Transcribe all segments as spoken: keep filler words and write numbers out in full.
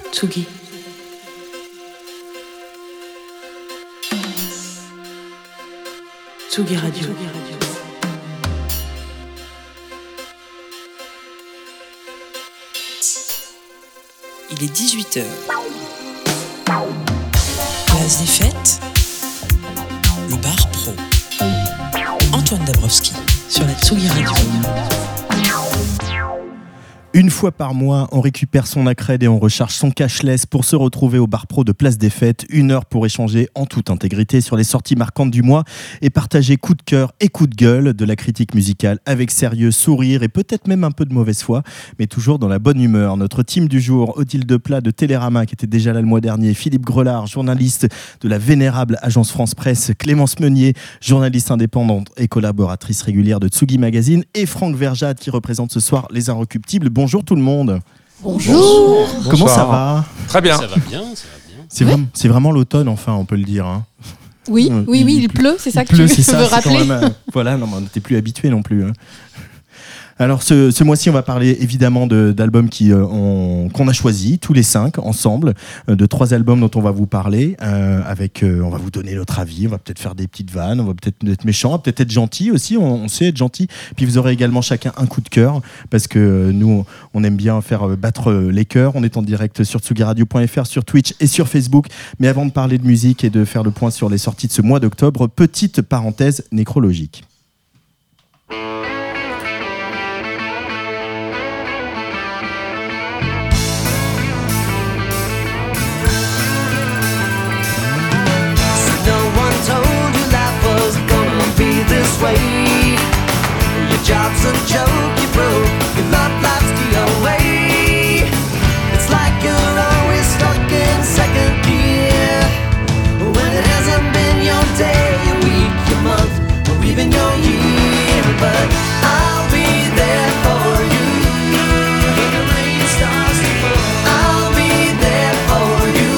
Tsugi. Tsugi Radio. Il est dix-huit heures. Place des fêtes. Le bar pro. Antoine Dabrowski sur la Tsugi Radio. Une fois par mois, on récupère son accred et on recharge son cashless pour se retrouver au bar pro de Place des Fêtes. Une heure pour échanger en toute intégrité sur les sorties marquantes du mois et partager coup de cœur et coup de gueule de la critique musicale avec sérieux, sourire et peut-être même un peu de mauvaise foi, mais toujours dans la bonne humeur. Notre team du jour, Odile Deplat de Télérama qui était déjà là le mois dernier, Philippe Grelard, journaliste de la vénérable agence France Presse, Clémence Meunier, journaliste indépendante et collaboratrice régulière de Tsugi Magazine, et Franck Verjade qui représente ce soir Les Inrecuptibles. Bonjour tout le monde. Bonjour. Comment ça va ? Très bien. Ça va bien, ça va bien. C'est, ouais. vraiment, c'est vraiment l'automne, enfin, on peut le dire. Hein. Oui, euh, oui, il, oui, il, il pleut, c'est ça que pleut, tu ça, veux rappeler. Même, euh, voilà, non, on n'était plus habitués non plus. Hein. Alors ce, ce mois-ci, on va parler évidemment de, d'albums qui, euh, on, qu'on a choisis, tous les cinq, ensemble, euh, de trois albums dont on va vous parler, euh, avec, euh, on va vous donner notre avis, on va peut-être faire des petites vannes, on va peut-être être méchant, on va peut-être être gentil aussi, on, on sait être gentil, puis vous aurez également chacun un coup de cœur, parce que euh, nous, on aime bien faire euh, battre les cœurs, on est en direct sur tsugi radio point f r, sur Twitch et sur Facebook, mais avant de parler de musique et de faire le point sur les sorties de ce mois d'octobre, petite parenthèse nécrologique. Way. Your job's a joke, you broke, your love life's the away. It's like you're always stuck in second gear, when it hasn't been your day, your week, your month, or even your year. But I'll be there for you when the rain starts to fall. I'll be there for you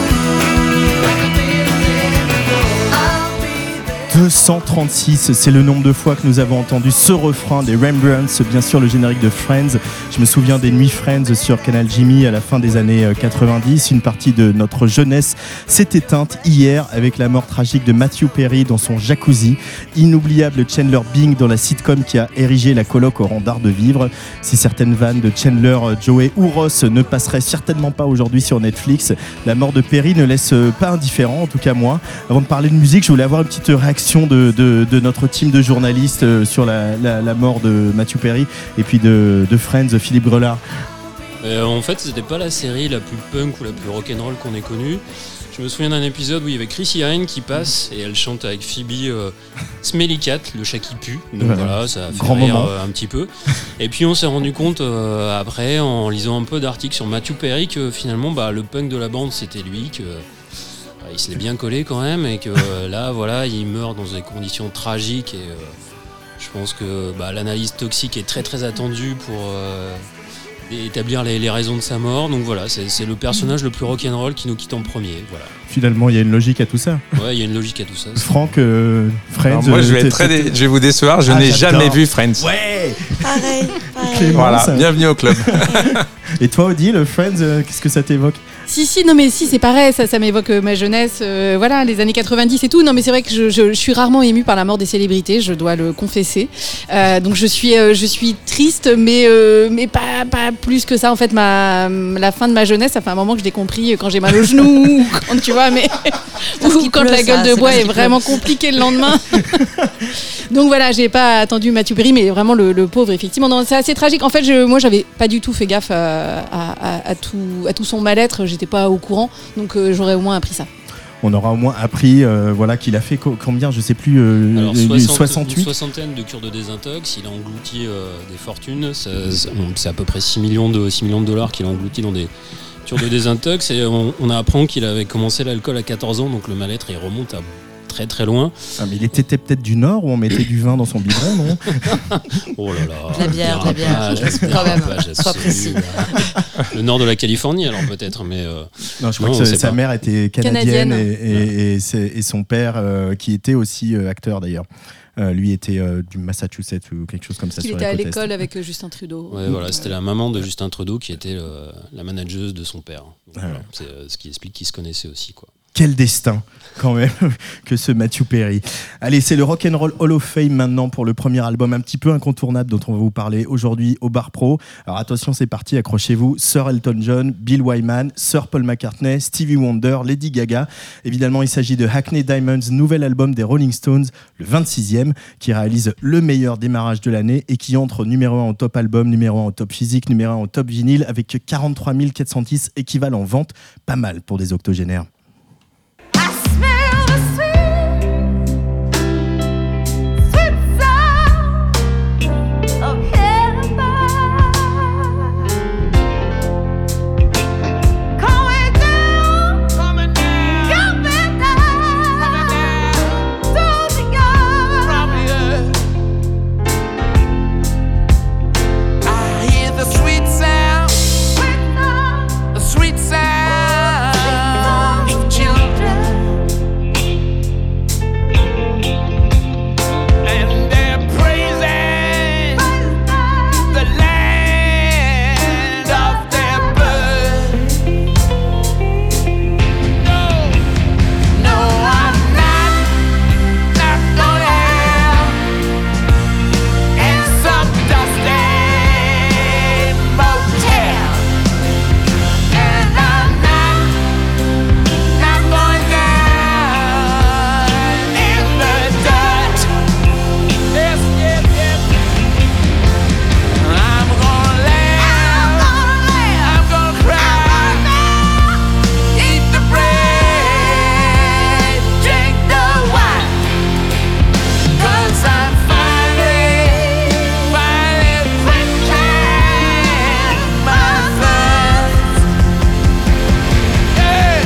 like I've been there before. I'll be there. deux cent trente-six, c'est le nombre de fois que nous avons entendu ce refrain des Rembrandts, bien sûr le générique de Friends. Je me souviens des nuits Friends sur Canal Jimmy à la fin des années quatre-vingt-dix. Une partie de notre jeunesse s'est éteinte hier avec la mort tragique de Matthew Perry dans son jacuzzi. Inoubliable Chandler Bing dans la sitcom qui a érigé la coloc au rang d'art de vivre. Si certaines vannes de Chandler, Joey ou Ross ne passeraient certainement pas aujourd'hui sur Netflix, la mort de Perry ne laisse pas indifférent, en tout cas moi. Avant de parler de musique, je voulais avoir une petite réaction De, de, de notre team de journalistes euh, sur la, la, la mort de Matthew Perry et puis de, de Friends, Philippe Grelard. Euh, en fait, c'était pas la série la plus punk ou la plus rock'n'roll qu'on ait connue. Je me souviens d'un épisode où il y avait Chrissy Hine qui passe et elle chante avec Phoebe euh, Smelly Cat, le chat qui pue. Donc voilà, voilà ça a fait grand rire moment. euh, un petit peu. Et puis on s'est rendu compte euh, après, en lisant un peu d'articles sur Matthew Perry, que finalement bah, le punk de la bande c'était lui, que il se l'est bien collé quand même et que euh, là voilà il meurt dans des conditions tragiques et euh, je pense que bah, l'analyse toxique est très très attendue pour euh, établir les, les raisons de sa mort. Donc voilà, c'est, c'est le personnage le plus rock'n'roll qui nous quitte en premier. Voilà. Finalement, il y a une logique à tout ça. Ouais, il y a une logique à tout ça. Franck, euh, Friends. Alors moi, je vais, être très dé... je vais vous décevoir, je ah, n'ai j'adore. jamais vu Friends. Ouais. Pareil, pareil. Clémence. Voilà, bienvenue au club. Et toi, Odile, Friends, euh, qu'est-ce que ça t'évoque ? Si, si, non mais si, c'est pareil, ça, ça m'évoque euh, ma jeunesse, euh, voilà, les années quatre-vingt-dix et tout. Non mais c'est vrai que je, je, je suis rarement émue par la mort des célébrités, je dois le confesser. Euh, donc je suis, euh, je suis triste, mais, euh, mais pas, pas plus que ça. En fait, ma, la fin de ma jeunesse, ça fait un moment que je l'ai compris quand j'ai mal au genou, ou quand tu vois, mais ou quand pleut, la gueule ça, de bois est vraiment compliquée le lendemain. Donc voilà, j'ai pas attendu Matthew Perry, mais vraiment le, le pauvre, effectivement. Non, c'est assez tragique. En fait, je, moi, j'avais pas du tout fait gaffe à, à, à, à, tout, à tout son mal-être. J'étais pas au courant, donc euh, j'aurais au moins appris ça. On aura au moins appris euh, voilà, qu'il a fait co- combien, je sais plus, euh, Alors, soixante, soixante, soixante-huit une soixantaine de cures de désintox, il a englouti euh, des fortunes, ça, c'est, c'est à peu près six millions de, six millions de dollars qu'il a englouti dans des cures de désintox, et on, on apprend qu'il avait commencé l'alcool à quatorze ans, donc le mal-être il remonte à très très loin. Ah, mais il était peut-être du Nord où on mettait du vin dans son biberon, non? Oh là là. De la bière, de la bière. Quand même, sois précis. Le nord de la Californie, alors peut-être, mais. Euh, non, je crois non, que on sa, sait sa pas. mère était canadienne, Canadienne. Et, et, et, c'est- et son père, euh, qui était aussi euh, acteur d'ailleurs. Euh, lui était euh, du Massachusetts ou quelque chose comme ça. Il sur était la à côte est. l'école avec euh, Justin Trudeau. Ouais, voilà, c'était la maman de Justin Trudeau qui était le- la manageuse de son père. Donc, Ah voilà, ouais. c'est euh, ce qui explique qu'ils se connaissaient aussi, quoi. Quel destin, quand même, que ce Matthew Perry. Allez, c'est le Rock'n'Roll Hall of Fame maintenant pour le premier album un petit peu incontournable dont on va vous parler aujourd'hui au Bar Pro. Alors attention, c'est parti, accrochez-vous. Sir Elton John, Bill Wyman, Sir Paul McCartney, Stevie Wonder, Lady Gaga. Évidemment, il s'agit de Hackney Diamonds, nouvel album des Rolling Stones, le vingt-sixième, qui réalise le meilleur démarrage de l'année et qui entre numéro un au top album, numéro un au top physique, numéro un au top vinyle avec quarante-trois mille quatre cent dix équivalents ventes. Pas mal pour des octogénaires. I smell the sweet, sweet sound of heaven coming down, coming down, coming down, through the earth. I hear the sweet sound, Sweet sound, the sweet sound of children, and they're praising the land of their birth. No, no, I'm not, not gonna have in some dusty motel. And I'm not, not going down in the dirt. Yes, yes, yes. I'm gonna laugh, I'm gonna cry, eat the bread, drink the wine. 'Cause I'm finally, finally quenching my thirst. Yeah.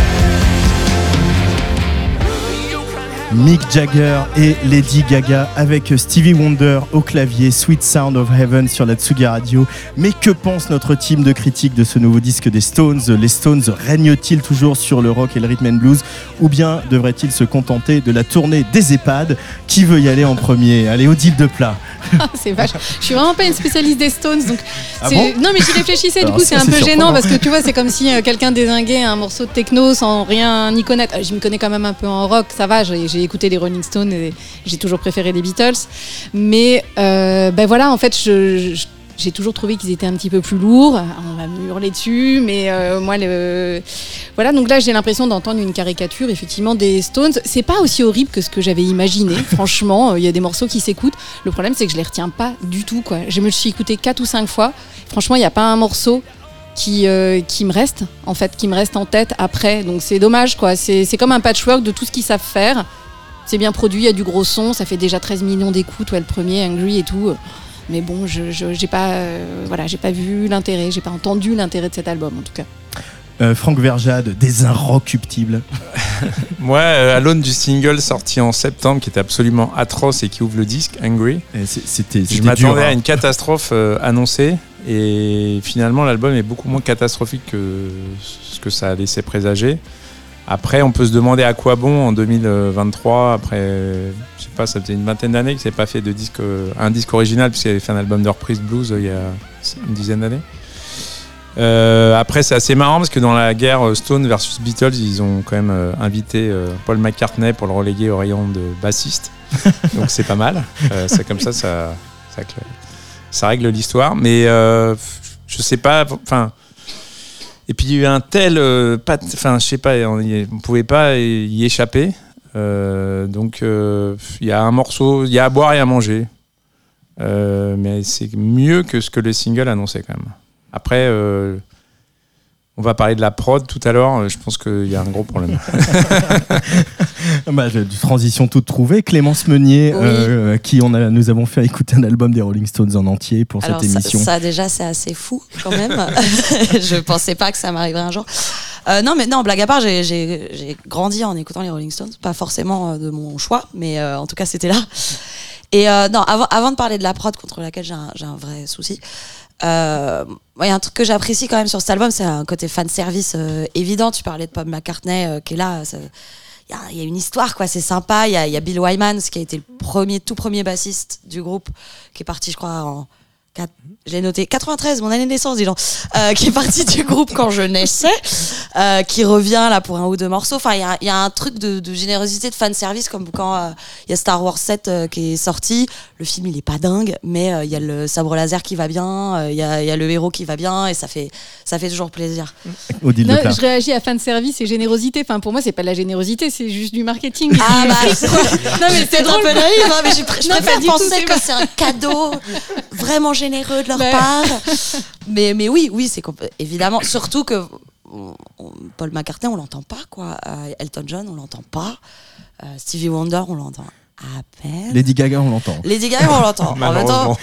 You can have Mick Jagger et Lady Gaga avec Stevie Wonder au clavier, Sweet Sound of Heaven sur la Tsugi Radio. Mais que pense notre team de critiques de ce nouveau disque des Stones? Les Stones règnent-ils toujours sur le rock et le rhythm and blues, ou bien devraient-ils se contenter de la tournée des EHPAD? Qui veut y aller en premier? Allez, Odile de Plat. Ah, c'est vache. Je suis vraiment pas une spécialiste des Stones, donc Ah c'est- bon non mais j'y réfléchissais. Du Alors coup, ça, c'est un c'est peu gênant surprenant. parce que tu vois, c'est comme si euh, quelqu'un dézinguait un morceau de techno sans rien y connaître. Euh, Je me connais quand même un peu en rock, ça va. J'ai, j'ai écouté les Rolling Stones et j'ai toujours préféré les Beatles, mais euh, ben voilà, en fait, je, je- j'ai toujours trouvé qu'ils étaient un petit peu plus lourds. On va me hurler dessus, mais euh, moi, le... voilà. Donc là, j'ai l'impression d'entendre une caricature, effectivement, des Stones. C'est pas aussi horrible que ce que j'avais imaginé. Franchement, il y a des morceaux qui s'écoutent. Le problème, c'est que je les retiens pas du tout, quoi. Je me le suis écouté quatre ou cinq fois. Franchement, il n'y a pas un morceau qui, euh, qui me reste, en fait, qui me reste en tête après. Donc c'est dommage, quoi. C'est, c'est comme un patchwork de tout ce qu'ils savent faire. C'est bien produit, il y a du gros son, ça fait déjà treize millions d'écoutes, ouais, le premier, Angry et tout. Mais bon, je, je j'ai pas, euh, voilà, j'ai pas vu l'intérêt, j'ai pas entendu l'intérêt de cet album, en tout cas. Euh, Franck Verjade, des Inrecuptibles. Moi, euh, à l'aune du single sorti en septembre, qui était absolument atroce et qui ouvre le disque, Angry, Et c'est- C'était, je c'était m'attendais dur, hein. à une catastrophe euh, annoncée. Et finalement, l'album est beaucoup moins catastrophique que ce que ça a laissé présager. Après, on peut se demander à quoi bon en deux mille vingt-trois, après, je sais pas, ça faisait une vingtaine d'années qu'il s'est pas fait de disque, euh, un disque original, puisqu'il avait fait un album de reprise blues euh, il y a une dizaine d'années. Euh, après, c'est assez marrant parce que dans la guerre euh, Stone versus Beatles, ils ont quand même euh, invité euh, Paul McCartney pour le reléguer au rayon de bassiste. Donc c'est pas mal. Euh, c'est comme ça, ça, ça, ça règle l'histoire. Mais euh, je sais pas. Enfin. Et puis il y a eu un tel, euh, pas, enfin je sais pas, on ne pouvait pas y échapper. Euh, donc euh, il y a un morceau, il y a à boire et à manger. Euh, mais c'est mieux que ce que le single annonçait quand même. Après, euh, on va parler de la prod tout à l'heure. Je pense qu'il y a un gros problème. Bah, de, de transition toute trouvée. Clémence Meunier, Oui. euh, qui on a, nous avons fait écouter un album des Rolling Stones en entier pour Alors cette ça, émission. ça déjà c'est assez fou quand même. Je pensais pas que ça m'arriverait un jour. Euh, non, mais non, blague à part, j'ai, j'ai, j'ai grandi en écoutant les Rolling Stones. Pas forcément euh, de mon choix, mais euh, en tout cas, c'était là. Et euh, non, avant, avant de parler de la prod contre laquelle j'ai un, j'ai un vrai souci, euh, il y a un truc que j'apprécie quand même sur cet album, c'est un côté fan service euh, évident. Tu parlais de Paul McCartney euh, qui est là. Il y a, y a une histoire, quoi. C'est sympa. Il y a, y a Bill Wyman, qui a été le premier, tout premier bassiste du groupe, qui est parti, je crois, en quatre, j'ai noté quatre-vingt-treize, mon année de naissance, dis donc, euh, qui est parti du groupe quand je naissais, euh, qui revient là pour un ou deux morceaux. Enfin, il y a, y a un truc de, de générosité, de fan service, comme quand il euh, y a Star Wars sept euh, qui est sorti. Le film, il est pas dingue, mais il euh, y a le sabre laser qui va bien, il euh, y, a, y a le héros qui va bien, et ça fait, ça fait toujours plaisir. Odile Non, Leclerc. je réagis à fan service et générosité. Enfin, pour moi, c'est pas de la générosité, c'est juste du marketing. Ah bah, c'est, non mais c'est un drôle. peu naïf, hein, mais je, pr- je Non, préfère pas du tout, penser c'est que pas- c'est un cadeau vraiment généreux de leur Ouais. part. Mais, mais oui, oui, c'est compl- évidemment. Surtout que on- on- Paul McCartney, on l'entend pas, quoi. Euh, Elton John, on l'entend pas. Euh, Stevie Wonder, on l'entend à peine. Lady Gaga, on l'entend. Lady Gaga, on l'entend. En même temps.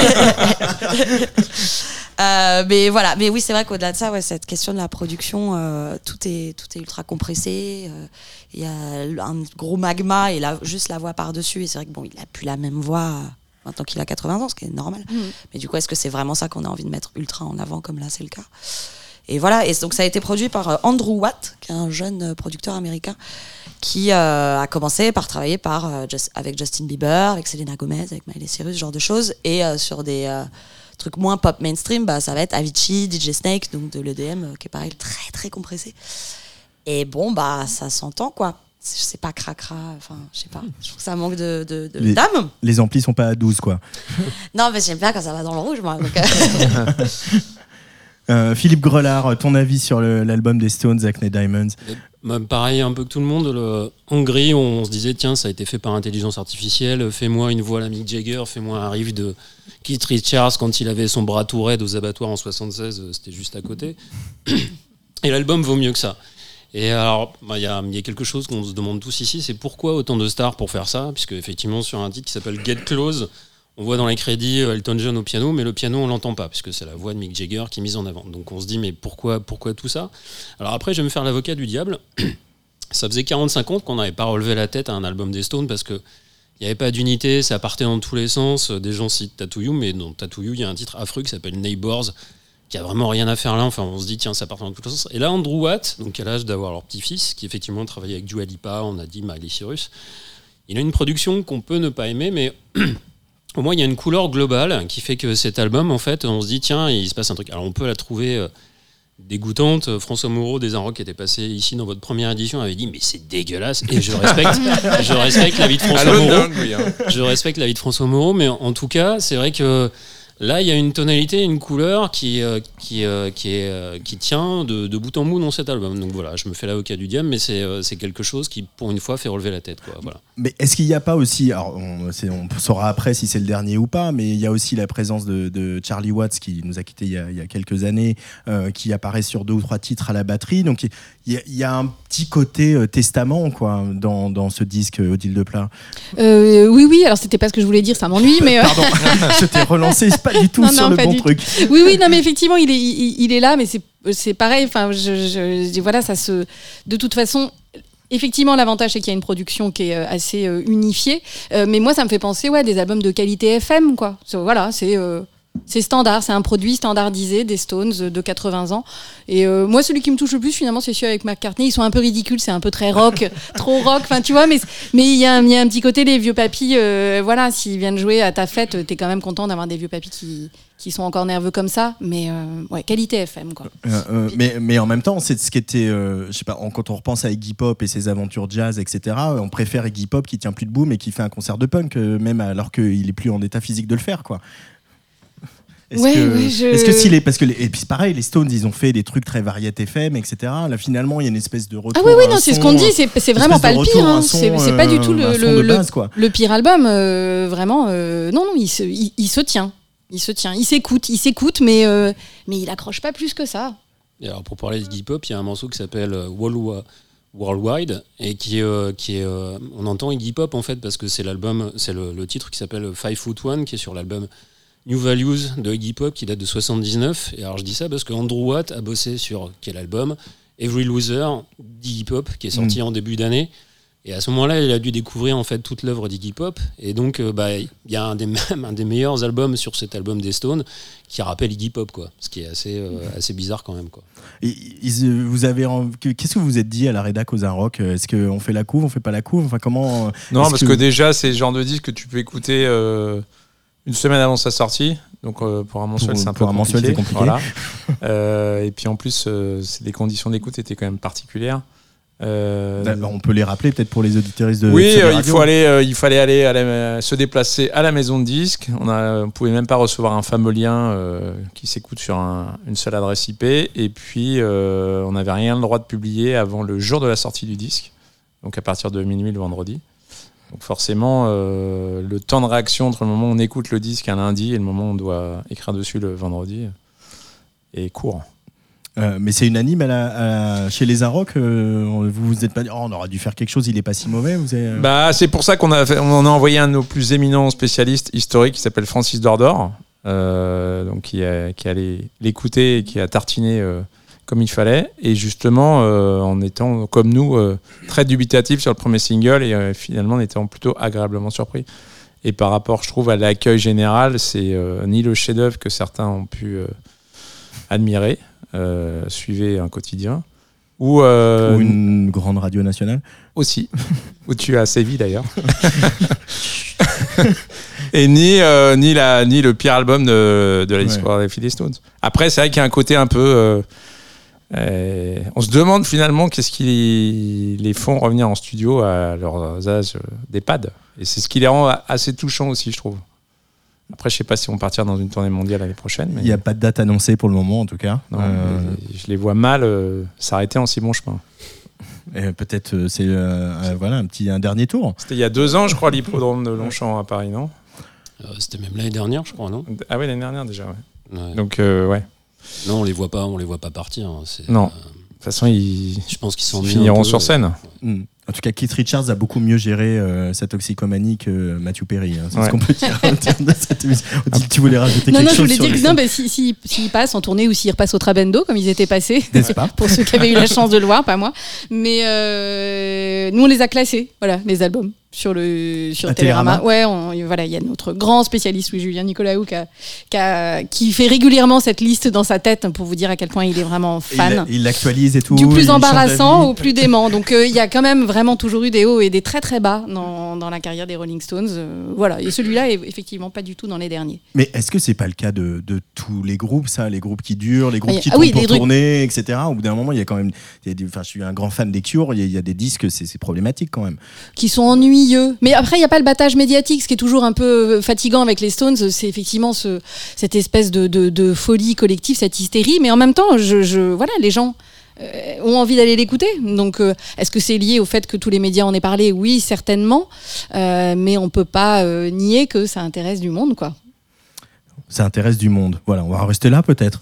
Euh, mais voilà, mais oui, c'est vrai qu'au-delà de ça, ouais, cette question de la production, euh, tout est tout est ultra compressé. Il euh, y a un gros magma et là, juste la voix par-dessus. Et c'est vrai que bon, il a plus la même voix euh, maintenant qu'il a quatre-vingts ans, ce qui est normal. Mmh. Mais du coup, est-ce que c'est vraiment ça qu'on a envie de mettre ultra en avant, comme là, c'est le cas? Et voilà. Et donc, ça a été produit par euh, Andrew Watt, qui est un jeune euh, producteur américain qui euh, a commencé par travailler par euh, just, avec Justin Bieber, avec Selena Gomez, avec Miley Cyrus, ce genre de choses, et euh, sur des euh, trucs moins pop mainstream, bah, ça va être Avicii, D J Snake, donc de l'E D M, euh, qui est pareil, très très compressé. Et bon, bah, ça s'entend, quoi. C'est, c'est pas cracra, enfin, je sais pas. Je trouve que ça manque de, de, de Les- d'âme. Les amplis sont pas à douze, quoi. Non, mais j'aime bien quand ça va dans le rouge, moi. Donc, euh, Euh, Philippe Grelard, ton avis sur le- l'album des Stones, Acne Diamonds? Bah, pareil un peu que tout le monde, le Hongrie, on se disait tiens ça a été fait par intelligence artificielle, fais-moi une voix à la Mick Jagger, fais-moi un riff de Keith Richards quand il avait son bras tout raide aux abattoirs en soixante-seize, c'était juste à côté. Et l'album vaut mieux que ça. Et alors il bah, y, a, y a quelque chose qu'on se demande tous ici, c'est pourquoi autant de stars pour faire ça, puisque effectivement sur un titre qui s'appelle Get Close, on voit dans les crédits Elton John au piano, mais le piano on l'entend pas, puisque c'est la voix de Mick Jagger qui est mise en avant. Donc on se dit mais pourquoi, pourquoi tout ça? Alors après je vais me faire l'avocat du diable. Ça faisait quarante-cinq ans qu'on n'avait pas relevé la tête à un album des Stones, parce que il n'y avait pas d'unité, ça partait dans tous les sens. Des gens citent Tattoo You, mais dans Tattoo You il y a un titre affreux qui s'appelle Neighbors, qui a vraiment rien à faire là. Enfin on se dit tiens ça part dans tous les sens. Et là Andrew Watt, donc à l'âge d'avoir leur petit-fils, qui effectivement travaillait avec Dua Lipa, on a dit Miley Cyrus, il a une production qu'on peut ne pas aimer, mais au moins il y a une couleur globale qui fait que cet album, en fait, on se dit tiens, il se passe un truc. Alors on peut la trouver euh, dégoûtante. François Moreau des Inrocks qui était passé ici dans votre première édition avait dit mais c'est dégueulasse, et je respecte je respecte l'avis de François Moreau. Je respecte l'avis de François Moreau, mais en, en tout cas, c'est vrai que là, il y a une tonalité, une couleur qui, euh, qui, euh, qui, est, euh, qui tient de, de bout en bout dans cet album. Donc voilà, je me fais l'avocat du diable, mais c'est, euh, c'est quelque chose qui, pour une fois, fait relever la tête, quoi. Voilà. Mais est-ce qu'il n'y a pas aussi, alors on, c'est- on saura après si c'est le dernier ou pas, mais il y a aussi la présence de, de Charlie Watts qui nous a quittés il y a, il y a quelques années, euh, qui apparaît sur deux ou trois titres à la batterie. Donc il y a, il y a un petit côté euh, testament, quoi, dans, dans ce disque, euh, Odile Leclerc. Euh, oui, oui, alors c'était pas ce que je voulais dire, ça m'ennuie, mais. euh, Pardon, je t'ai relancé, c'est pas du tout Non, sur non, le pas bon du truc. Oui, oui, non, mais effectivement, il est, il, il est là, mais c'est, c'est pareil. Enfin, je, je, je dis, voilà, ça se. De toute façon. Effectivement, l'avantage, c'est qu'il y a une production qui est euh, assez euh, unifiée. Euh, mais moi, ça me fait penser ouais, à des albums de qualité F M, quoi. C'est- Voilà, c'est. euh, C'est standard, c'est un produit standardisé des Stones euh, de quatre-vingts ans. Et euh, moi, celui qui me touche le plus, finalement, c'est celui avec McCartney. Ils sont un peu ridicules, c'est un peu très rock, trop rock. Enfin, tu vois, mais mais il y, a un- il y a un petit côté, les vieux papis, euh, voilà, s'ils viennent jouer à ta fête, t'es quand même content d'avoir des vieux papis qui, qui sont encore nerveux comme ça. Mais euh, ouais, qualité F M, quoi. Euh, euh, mais, mais en même temps, c'est ce qui était, euh, je sais pas, en- quand on repense à Iggy Pop et ses aventures jazz, et cetera, on préfère Iggy Pop qui tient plus debout, mais qui fait un concert de punk, euh, même alors qu'il est plus en état physique de le faire, quoi. Est-ce Ouais, que, ouais, je- est-ce que s'il est, parce que les, et puis c'est pareil, les Stones, ils ont fait des trucs très variétés F M, et cetera. Là, finalement, il y a une espèce de retour. Ah oui, oui, à un non, c'est ce son, qu'on dit, euh, c'est, c'est une vraiment espèce pas de le pire. retour à un Hein. son, C'est, c'est pas du tout euh, un le, son le, de le- base, quoi. le pire album. euh, vraiment, euh, non, non, il se, il, il se tient. Il se tient. Il s'écoute, il s'écoute, mais, euh, mais il accroche pas plus que ça. Et alors pour parler de hip hop, il y a un morceau qui s'appelle euh, Wall- Worldwide, et qui, euh, qui est, euh, on entend Iggy Pop en fait parce que c'est l'album, c'est le, le titre qui s'appelle Five Foot One, qui est sur l'album New Values de Iggy Pop, qui date de soixante-dix-neuf. Et alors je dis ça parce que Andrew Watt a bossé sur quel album? Every Loser d'Iggy Pop, qui est sorti mmh. en début d'année. Et à ce moment-là, il a dû découvrir en fait toute l'œuvre d'Iggy Pop. Et donc, euh, bah, il y a un des, même un des meilleurs albums sur cet album des Stones qui rappelle Iggy Pop, quoi. Ce qui est assez, euh, assez bizarre quand même, quoi. Et, ils, vous avez, qu'est-ce que vous vous êtes dit à la rédac aux Un Rock ? Est-ce qu'on fait la couve, on fait pas la couve ? Enfin, comment ? Non, parce que, que vous... déjà, c'est le genre de disque que tu peux écouter euh, une semaine avant sa sortie. Donc euh, pour un mensuel, pour, c'est un pour peu un compliqué. Mensuel, c'est compliqué. Voilà. euh, et puis en plus, euh, les conditions d'écoute étaient quand même particulières. Euh... On peut les rappeler peut-être pour les auditeuristes de oui, euh, il, faut aller, euh, il fallait aller à la, se déplacer à la maison de disques. On ne pouvait même pas recevoir un fameux lien euh, qui s'écoute sur un, une seule adresse I P. Et puis, euh, on n'avait rien le droit de publier avant le jour de la sortie du disque, donc à partir de minuit le vendredi. Donc forcément, euh, le temps de réaction entre le moment où on écoute le disque un lundi et le moment où on doit écrire dessus le vendredi est court. Euh, mais c'est unanime à la, à la, chez les Un Rock, euh, vous vous êtes pas dit oh, on aurait dû faire quelque chose, il est pas si mauvais, vous avez... Bah c'est pour ça qu'on a fait, on a envoyé un de nos plus éminents spécialistes historiques qui s'appelle Francis Dordor, euh, donc qui a, qui allait l'écouter et qui a tartiné euh, comme il fallait, et justement euh, en étant comme nous euh, très dubitatif sur le premier single et euh, finalement en étant plutôt agréablement surpris. Et par rapport, je trouve, à l'accueil général, c'est euh, ni le chef-d'œuvre que certains ont pu euh, admirer. Euh, suivez un quotidien ou, euh, ou une grande radio nationale aussi où tu as sévi d'ailleurs et ni, euh, ni, la, ni le pire album de, de l'histoire ouais. des Philly Stones. Après c'est vrai qu'il y a un côté un peu euh, euh, on se demande finalement qu'est-ce qui les font revenir en studio à leurs âges d'EHPAD, et c'est ce qui les rend assez touchants aussi, je trouve. Après, je ne sais pas si on partir dans une tournée mondiale l'année prochaine. Mais... il n'y a pas de date annoncée pour le moment, en tout cas. Non, euh... je les vois mal euh, s'arrêter en si bon chemin. Et peut-être euh, c'est euh, euh, voilà, un, petit, un dernier tour. C'était il y a deux ans, je crois, l'hippodrome de Longchamp à Paris, non euh, C'était même l'année dernière, je crois, non Ah oui, l'année dernière déjà, ouais. ouais. Donc, euh, ouais. Non, on les voit pas, on les voit pas partir. Hein. C'est, non. Euh... De toute façon, ils, je pense qu'ils sont finiront sur scène. Euh... Mm. En tout cas, Keith Richards a beaucoup mieux géré euh, sa toxicomanie que Matthew Perry. Hein. C'est ouais. ce qu'on peut dire en termes de cette émission. Odile, tu voulais rajouter non, quelque non, chose je voulais sur dire que non, bah, s'ils si, si, si passent en tournée ou s'ils repassent au Trabendo, comme ils étaient passés, n'est-ce pas pour ceux qui avaient eu la chance de le voir, pas moi. Mais euh, nous, on les a classés, voilà, les albums. Sur le sur Télérama. Télérama. Ouais, on, voilà, il y a notre grand spécialiste Louis-Julien Nicolaou qui, a, qui, a, qui fait régulièrement cette liste dans sa tête pour vous dire à quel point il est vraiment fan. Il, il l'actualise et tout. Du plus embarrassant au plus dément. Donc euh, il y a quand même vraiment toujours eu des hauts et des très très bas dans, dans la carrière des Rolling Stones. Euh, voilà, et celui-là est effectivement pas du tout dans les derniers. Mais est-ce que c'est pas le cas de, de tous les groupes, ça, les groupes qui durent, les groupes ah, qui ah, tournent oui, pour trucs... tourner, et cetera. Au bout d'un moment, il y a quand même, il y a des, enfin, je suis un grand fan des Cure, il y a, il y a des disques, c'est, c'est problématique quand même. Qui sont ennuyeux. Mais après, il n'y a pas le battage médiatique, ce qui est toujours un peu fatigant avec les Stones, c'est effectivement ce, cette espèce de, de, de folie collective, cette hystérie. Mais en même temps, je, je, voilà, les gens euh, ont envie d'aller l'écouter. Donc, euh, est-ce que c'est lié au fait que tous les médias en aient parlé ? Oui, certainement. Euh, mais on ne peut pas euh, nier que ça intéresse du monde, quoi. Ça intéresse du monde. Voilà, on va en rester là peut-être.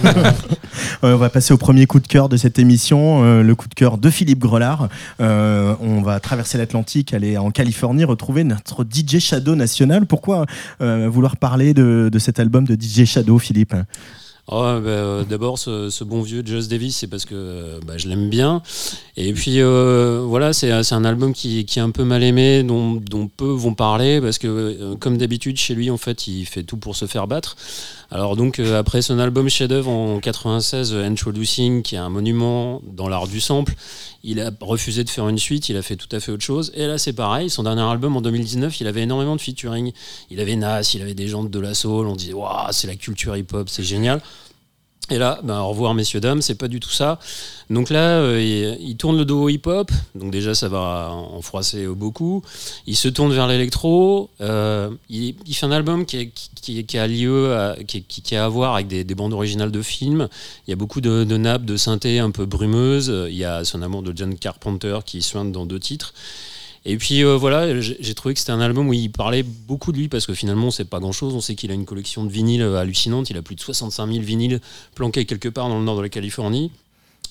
On va passer au premier coup de cœur de cette émission, euh, le coup de cœur de Philippe Grelard. Euh, on va traverser l'Atlantique, aller en Californie, retrouver notre D J Shadow national. Pourquoi euh, vouloir parler de, de cet album de D J Shadow, Philippe ? Oh, bah, euh, d'abord, ce, ce bon vieux Just Davis, c'est parce que bah, je l'aime bien. Et puis, euh, voilà, c'est, c'est un album qui, qui est un peu mal aimé, dont, dont peu vont parler, parce que, euh, comme d'habitude, chez lui, en fait, il fait tout pour se faire battre. Alors, donc, euh, après son album chef-d'œuvre en quatre-vingt-seize, Introducing, qui est un monument dans l'art du sample, il a refusé de faire une suite, il a fait tout à fait autre chose. Et là, c'est pareil, son dernier album en deux mille dix-neuf, il avait énormément de featuring. Il avait Nas, il avait des gens de De La Soul, on disait, waouh, c'est la culture hip-hop, c'est génial. Et là, ben, au revoir messieurs, dames, c'est pas du tout ça. Donc là, euh, il, il tourne le dos au hip-hop, donc déjà ça va en froisser beaucoup. Il se tourne vers l'électro, euh, il, il fait un album qui, est, qui, qui a lieu, à, qui, qui a à voir avec des, des bandes originales de films. Il y a beaucoup de, de nappes, de synthé un peu brumeuses. Il y a son amour de John Carpenter qui suinte dans deux titres. Et puis euh, voilà, j'ai, j'ai trouvé que c'était un album où il parlait beaucoup de lui, parce que finalement c'est pas grand chose. On sait qu'il a une collection de vinyles hallucinante, il a plus de soixante-cinq mille vinyles planqués quelque part dans le nord de la Californie.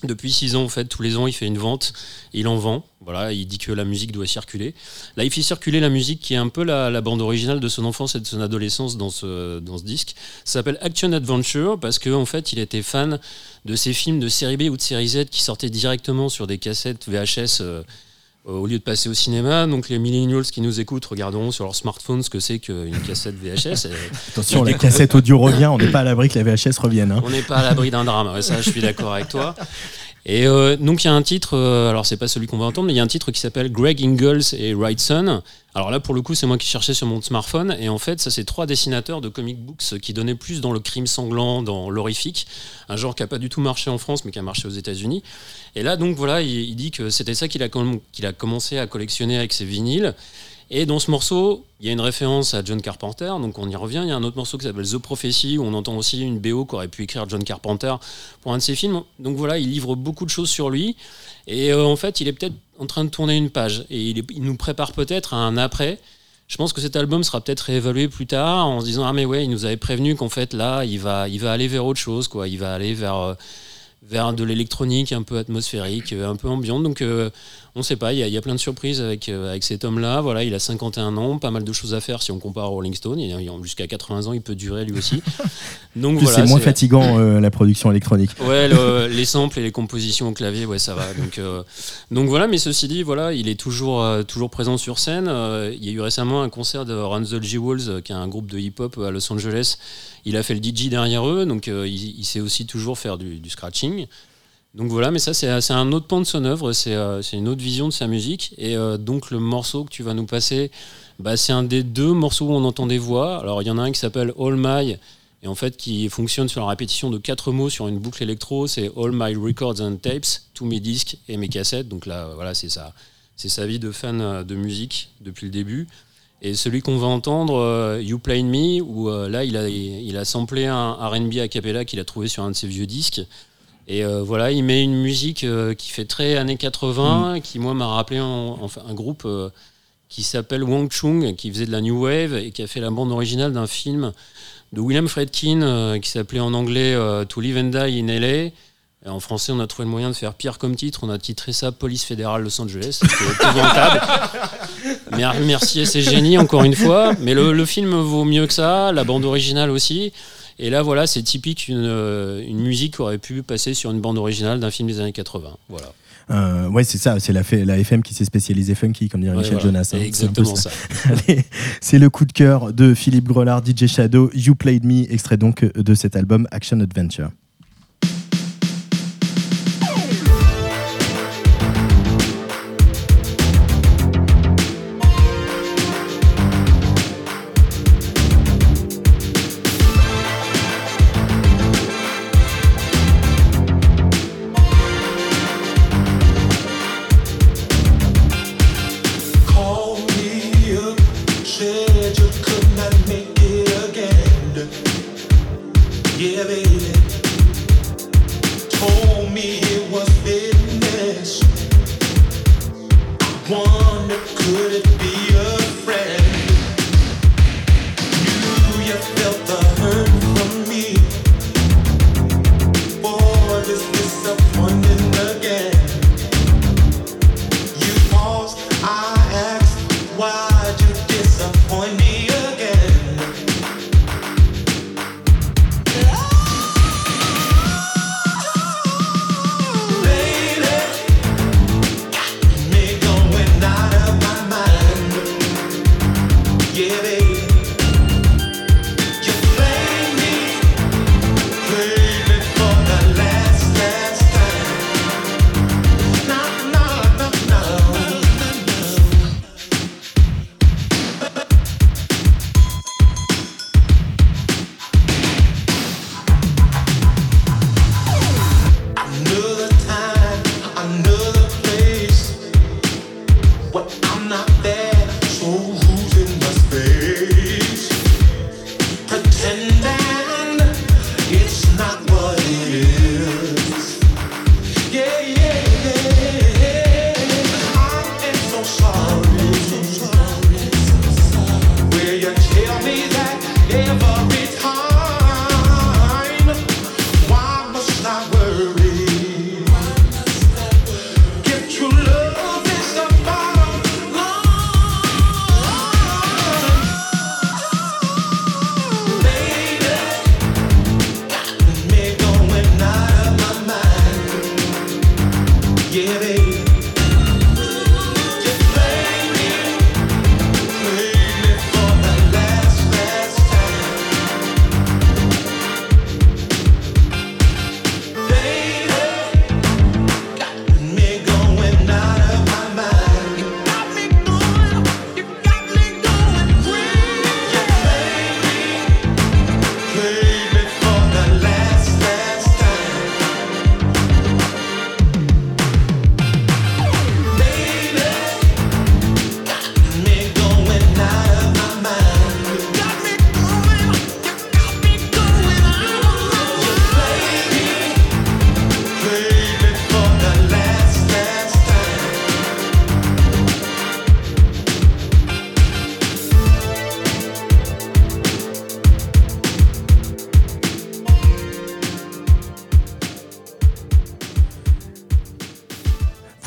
Depuis six ans, en fait, tous les ans, il fait une vente, il en vend. Voilà, il dit que la musique doit circuler. Là, il fait circuler la musique qui est un peu la, la bande originale de son enfance et de son adolescence dans ce, dans ce disque. Ça s'appelle Action Adventure parce qu'en en fait, il était fan de ces films de série B ou de série Z qui sortaient directement sur des cassettes V H S euh, au lieu de passer au cinéma. Donc les millennials qui nous écoutent regarderont sur leur smartphone ce que c'est qu'une cassette V H S. Attention, la cassette audio revient, on n'est pas à l'abri que la V H S revienne. Hein. On n'est pas à l'abri d'un drame, ouais, ça je suis d'accord avec toi. Et euh, donc il y a un titre, euh, alors c'est pas celui qu'on va entendre, mais il y a un titre qui s'appelle Greg Ingalls et Wrightson. Alors là pour le coup c'est moi qui cherchais sur mon smartphone, et en fait ça c'est trois dessinateurs de comic books qui donnaient plus dans le crime sanglant, dans l'horrifique, un genre qui a pas du tout marché en France mais qui a marché aux États-Unis. Et là donc voilà, il, il dit que c'était ça qu'il a, qu'il a commencé à collectionner avec ses vinyles. Et dans ce morceau, il y a une référence à John Carpenter, donc on y revient. Il y a un autre morceau qui s'appelle The Prophecy, où on entend aussi une B O qu'aurait pu écrire John Carpenter pour un de ses films. Donc voilà, il livre beaucoup de choses sur lui. Et euh, en fait, il est peut-être en train de tourner une page. Et il, est, il nous prépare peut-être à un après. Je pense que cet album sera peut-être réévalué plus tard en se disant « Ah mais ouais, il nous avait prévenu qu'en fait, là, il va, il va aller vers autre chose, quoi. Il va aller vers... Euh, vers de l'électronique un peu atmosphérique, un peu ambiante. Donc euh, on ne sait pas, il y, y a plein de surprises avec, euh, avec cet homme-là. Voilà, il a cinquante et un ans, pas mal de choses à faire si on compare à Rolling Stone. Il, il, jusqu'à quatre-vingts ans, il peut durer lui aussi. Donc, plus voilà, c'est moins c'est... fatigant euh, la production électronique. Ouais, le, les samples et les compositions au clavier, ouais, ça va. Donc, euh, donc voilà, mais ceci dit, voilà, il est toujours, euh, toujours présent sur scène. Euh, il y a eu récemment un concert de Run the Jewels, euh, qui est un groupe de hip-hop à Los Angeles. Il a fait le D J derrière eux, donc euh, il, il sait aussi toujours faire du, du scratching. Donc voilà, mais ça c'est, c'est un autre pan de son œuvre, c'est, euh, c'est une autre vision de sa musique. Et euh, donc le morceau que tu vas nous passer, bah, c'est un des deux morceaux où on entend des voix. Alors il y en a un qui s'appelle All My, et en fait qui fonctionne sur la répétition de quatre mots sur une boucle électro. C'est All My Records and Tapes, tous mes disques et mes cassettes. Donc là voilà, c'est ça, c'est sa vie de fan de musique depuis le début. Et celui qu'on va entendre, euh, You Played Me, où euh, là il a, il a samplé un R and B a cappella qu'il a trouvé sur un de ses vieux disques. Et euh, voilà, il met une musique euh, qui fait très années quatre-vingts, mmh. qui moi m'a rappelé un, enfin, un groupe euh, qui s'appelle Wang Chung, qui faisait de la New Wave et qui a fait la bande originale d'un film de William Friedkin euh, qui s'appelait en anglais euh, To Live and Die in L A. Et en français, on a trouvé le moyen de faire pire comme titre. On a titré ça Police fédérale Los Angeles. C'était épouvantable. Merci à ces génies, encore une fois. Mais le, le film vaut mieux que ça, la bande originale aussi. Et là, voilà, c'est typique une, une musique qui aurait pu passer sur une bande originale d'un film des années quatre-vingts. Voilà. Euh, ouais, c'est ça, c'est la, la F M qui s'est spécialisée funky, comme dirait ouais, Michel voilà. Jonas. Hein, exactement c'est ça. ça. Allez, c'est le coup de cœur de Philippe Grelard, D J Shadow, You Played Me, extrait donc de cet album Action Adventure. Yeah, baby. You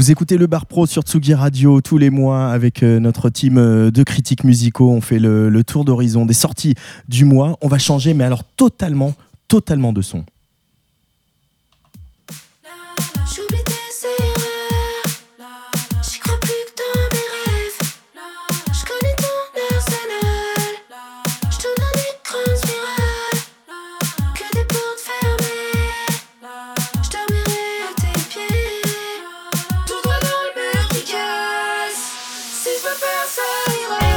Vous écoutez le Bar Pro sur Tsugi Radio tous les mois avec euh, notre team euh, de critiques musicaux. On fait le, le tour d'horizon des sorties du mois. On va changer, mais alors totalement, totalement de son. J'oublie tes erreurs, j'y crois plus que dans mes rêves. Je connais ton arsenal, je te donne des grandes spirales, que des portes fermées. Je dormirai à tes pieds, tout droit dans le mur qui casse. Si je veux faire ça, ira.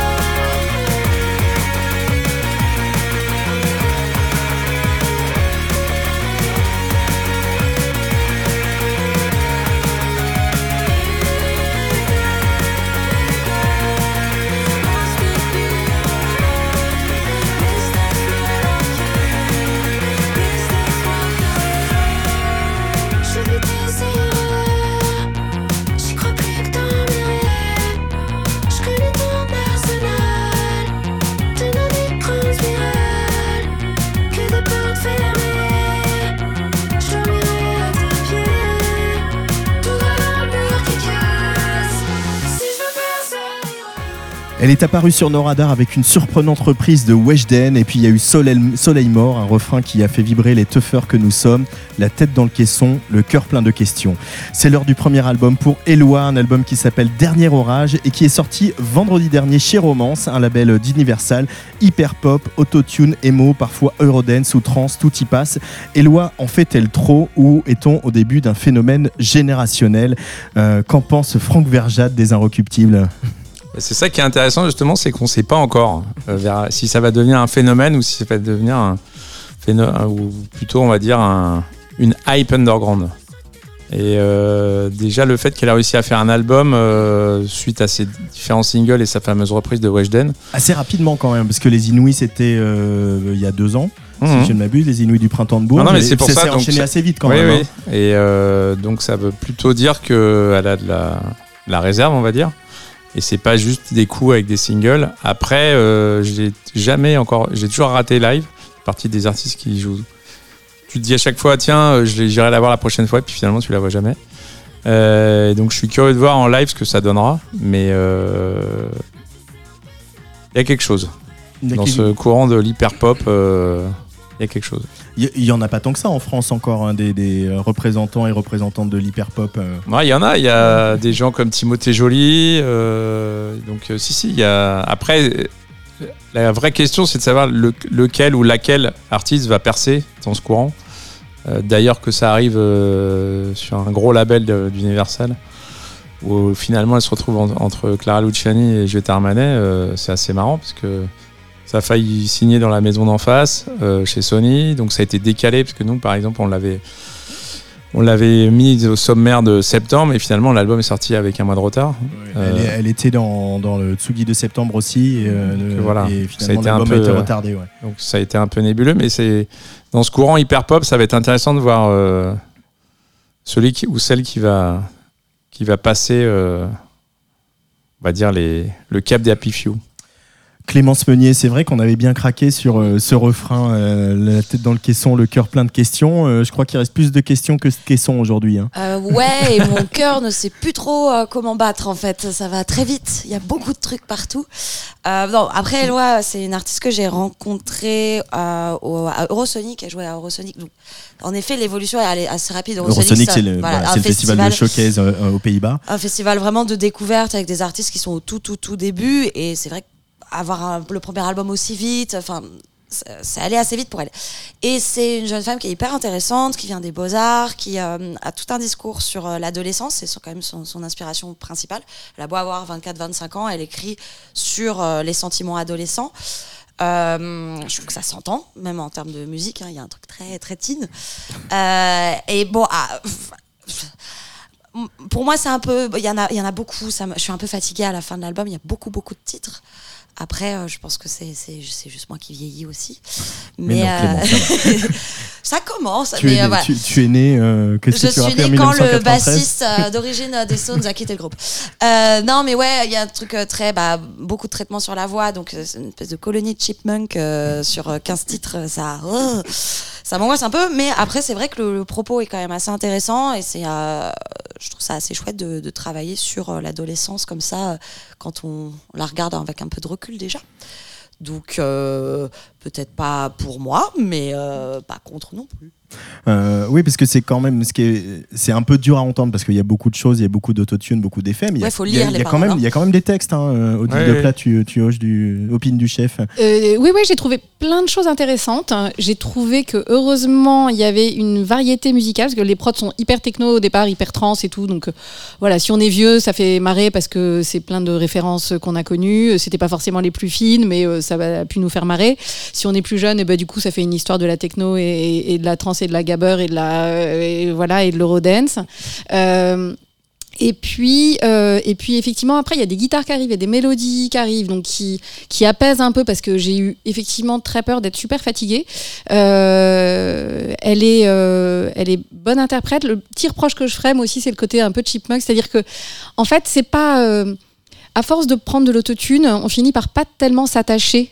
J'oublie tes erreurs, j'y crois plus que dans mes rêves. Je connais ton arsenal, te donne des grandes spirales, que des portes fermées. Je dormirai à tes pieds, tout droit dans le mur qui casse. Si je veux faire ça, ira. Elle est apparue sur nos radars avec une surprenante reprise de Weshden, et puis il y a eu Soleil, Soleil Mort, un refrain qui a fait vibrer les tuffers que nous sommes, la tête dans le caisson, le cœur plein de questions. C'est l'heure du premier album pour Eloi, un album qui s'appelle Dernier Orage et qui est sorti vendredi dernier chez Romance, un label d'Universal, hyper pop, autotune, emo, parfois eurodance ou trance, tout y passe. Eloi en fait-elle trop, ou est-on au début d'un phénomène générationnel? Euh, Qu'en pense Franck Verjade des Inrecuptibles? C'est ça qui est intéressant justement, c'est qu'on ne sait pas encore euh, vers, si ça va devenir un phénomène ou si ça va devenir un phénomène, ou plutôt on va dire un, une hype underground. Et euh, déjà le fait qu'elle a réussi à faire un album euh, suite à ses différents singles et sa fameuse reprise de Weshden. Assez rapidement quand même, parce que les Inouïs c'était euh, il y a deux ans, Mmh. si je ne m'abuse, les Inouïs du printemps de Bourges. Non, non, mais c'est pour ça, s'est donc enchaîné ça- assez vite quand oui, même. oui. hein. Et euh, donc ça veut plutôt dire qu'elle a de la, de la réserve, on va dire. Et c'est pas juste des coups avec des singles. Après, euh, j'ai jamais encore, j'ai toujours raté live. C'est partie des artistes qui jouent. Tu te dis à chaque fois, tiens, euh, je l'ai- j'irai la voir la prochaine fois, puis finalement tu la vois jamais. Euh, et donc je suis curieux de voir en live ce que ça donnera, mais euh, il y a quelque chose Il y a dans quelque- ce courant de l'hyper pop. euh, Il y a quelque chose. Il y, y en a pas tant que ça en France encore, hein, des, des euh, représentants et représentantes de l'hyperpop. Euh. Ouais, il y en a. Il y a des gens comme Timothée Joly. euh, donc, euh, si, si. Il y a... Après, euh, la vraie question, c'est de savoir le- lequel ou laquelle artiste va percer dans ce courant. Euh, D'ailleurs, que ça arrive euh, sur un gros label de- d'Universal, où finalement elle se retrouve en- entre Clara Luciani et Juliette Armanet, euh, c'est assez marrant parce que ça a failli signer dans la maison d'en face, euh, chez Sony, donc ça a été décalé parce que nous, par exemple, on l'avait, on l'avait mis au sommaire de septembre et finalement l'album est sorti avec un mois de retard. Euh, Elle, est- elle était dans, dans le Tsugi de septembre aussi, et, euh, Donc, le- voilà. et Ça a finalement été un l'album peu, a été euh, retardé. Ouais. Donc ça a été un peu nébuleux, mais c'est dans ce courant hyper pop, ça va être intéressant de voir euh, celui qui, ou celle qui va, qui va passer, euh, on va dire les, le cap des Happy Few. Clémence Meunier, c'est vrai qu'on avait bien craqué sur euh, ce refrain, euh, la tête dans le caisson, le cœur plein de questions. Euh, je crois qu'il reste plus de questions que de caissons aujourd'hui. Hein. Euh, ouais, et mon cœur ne sait plus trop euh, comment battre en fait. Ça va très vite. Il y a beaucoup de trucs partout. Euh, non, après, Eloi, c'est une artiste que j'ai rencontrée euh, au, à Eurosonic. Elle jouait à Eurosonic. Donc, en effet, l'évolution elle est assez rapide. Eurosonic, ça- c'est le, voilà, voilà, un c'est le festival de showcase euh, aux Pays-Bas. Un festival vraiment de découverte avec des artistes qui sont au tout, tout, tout début. Et c'est vrai qu'avoir un- le premier album aussi vite, enfin, ça, ça allait assez vite pour elle. Et c'est une jeune femme qui est hyper intéressante, qui vient des Beaux-Arts, qui euh, a tout un discours sur euh, l'adolescence. C'est son- quand même son, son inspiration principale. Elle a beau avoir vingt-quatre vingt-cinq ans, elle écrit sur euh, les sentiments adolescents. Euh, je trouve que ça s'entend, même en termes de musique. Il hein, y a un truc très, très teen. Euh, et bon, ah, pour moi, c'est un peu. Il y en a, il y en a beaucoup. Ça me, je suis un peu fatiguée à la fin de l'album. Il y a beaucoup, beaucoup de titres. Après, euh, je pense que c'est, c'est, c'est juste moi qui vieillis aussi. Mais, Mais non, euh, Clément, ça commence. Tu, mais, es euh, né, voilà. tu, tu es né, euh, qu'est-ce Je que tu suis rappelles en née quand le mille neuf cent quatre-vingt-treize? bassiste euh, d'origine euh, des Stones a quitté le groupe. Euh, non, mais ouais, il y a un truc euh, très, bah, beaucoup de traitements sur la voix, donc euh, c'est une espèce de colonie de chipmunk euh, sur euh, quinze titres. Ça, oh, ça m'angoisse un peu, mais après c'est vrai que le, le propos est quand même assez intéressant et c'est, euh, je trouve ça assez chouette de, de travailler sur euh, l'adolescence comme ça euh, quand on, on la regarde avec un peu de recul déjà. Donc euh, peut-être pas pour moi, mais euh, pas contre non plus. Euh, oui, parce que c'est quand même ce qui est, c'est un peu dur à entendre parce qu'il y a beaucoup de choses, il y a beaucoup d'autotune, beaucoup d'effets, mais il y a, Ouais, faut il y a- lire il y a les quand même, paroles, il y a quand même des textes. Hein. Euh, Odile Ouais, de ouais. Plat, tu, tu hoches du opine du chef. Euh, oui, oui, j'ai trouvé plein de choses intéressantes. J'ai trouvé que heureusement il y avait une variété musicale parce que les prods sont hyper techno au départ, hyper trance et tout. Donc euh, voilà, si on est vieux, ça fait marrer parce que c'est plein de références qu'on a connues. C'était pas forcément les plus fines, mais euh, ça a pu nous faire marrer. Si on est plus jeune, et ben du coup ça fait une histoire de la techno et, et de la trance et de la gabber et de la et voilà et de l'eurodance. Euh, Et puis, euh, et puis effectivement, après, il y a des guitares qui arrivent, il y a des mélodies qui arrivent, donc qui, qui apaisent un peu parce que j'ai eu effectivement très peur d'être super fatiguée. Euh, elle est, euh, elle est bonne interprète. Le petit reproche que je ferais, moi aussi, c'est le côté un peu chipmunk, c'est-à-dire que, en fait, c'est pas. Euh, à force de prendre de l'autotune, on finit par pas tellement s'attacher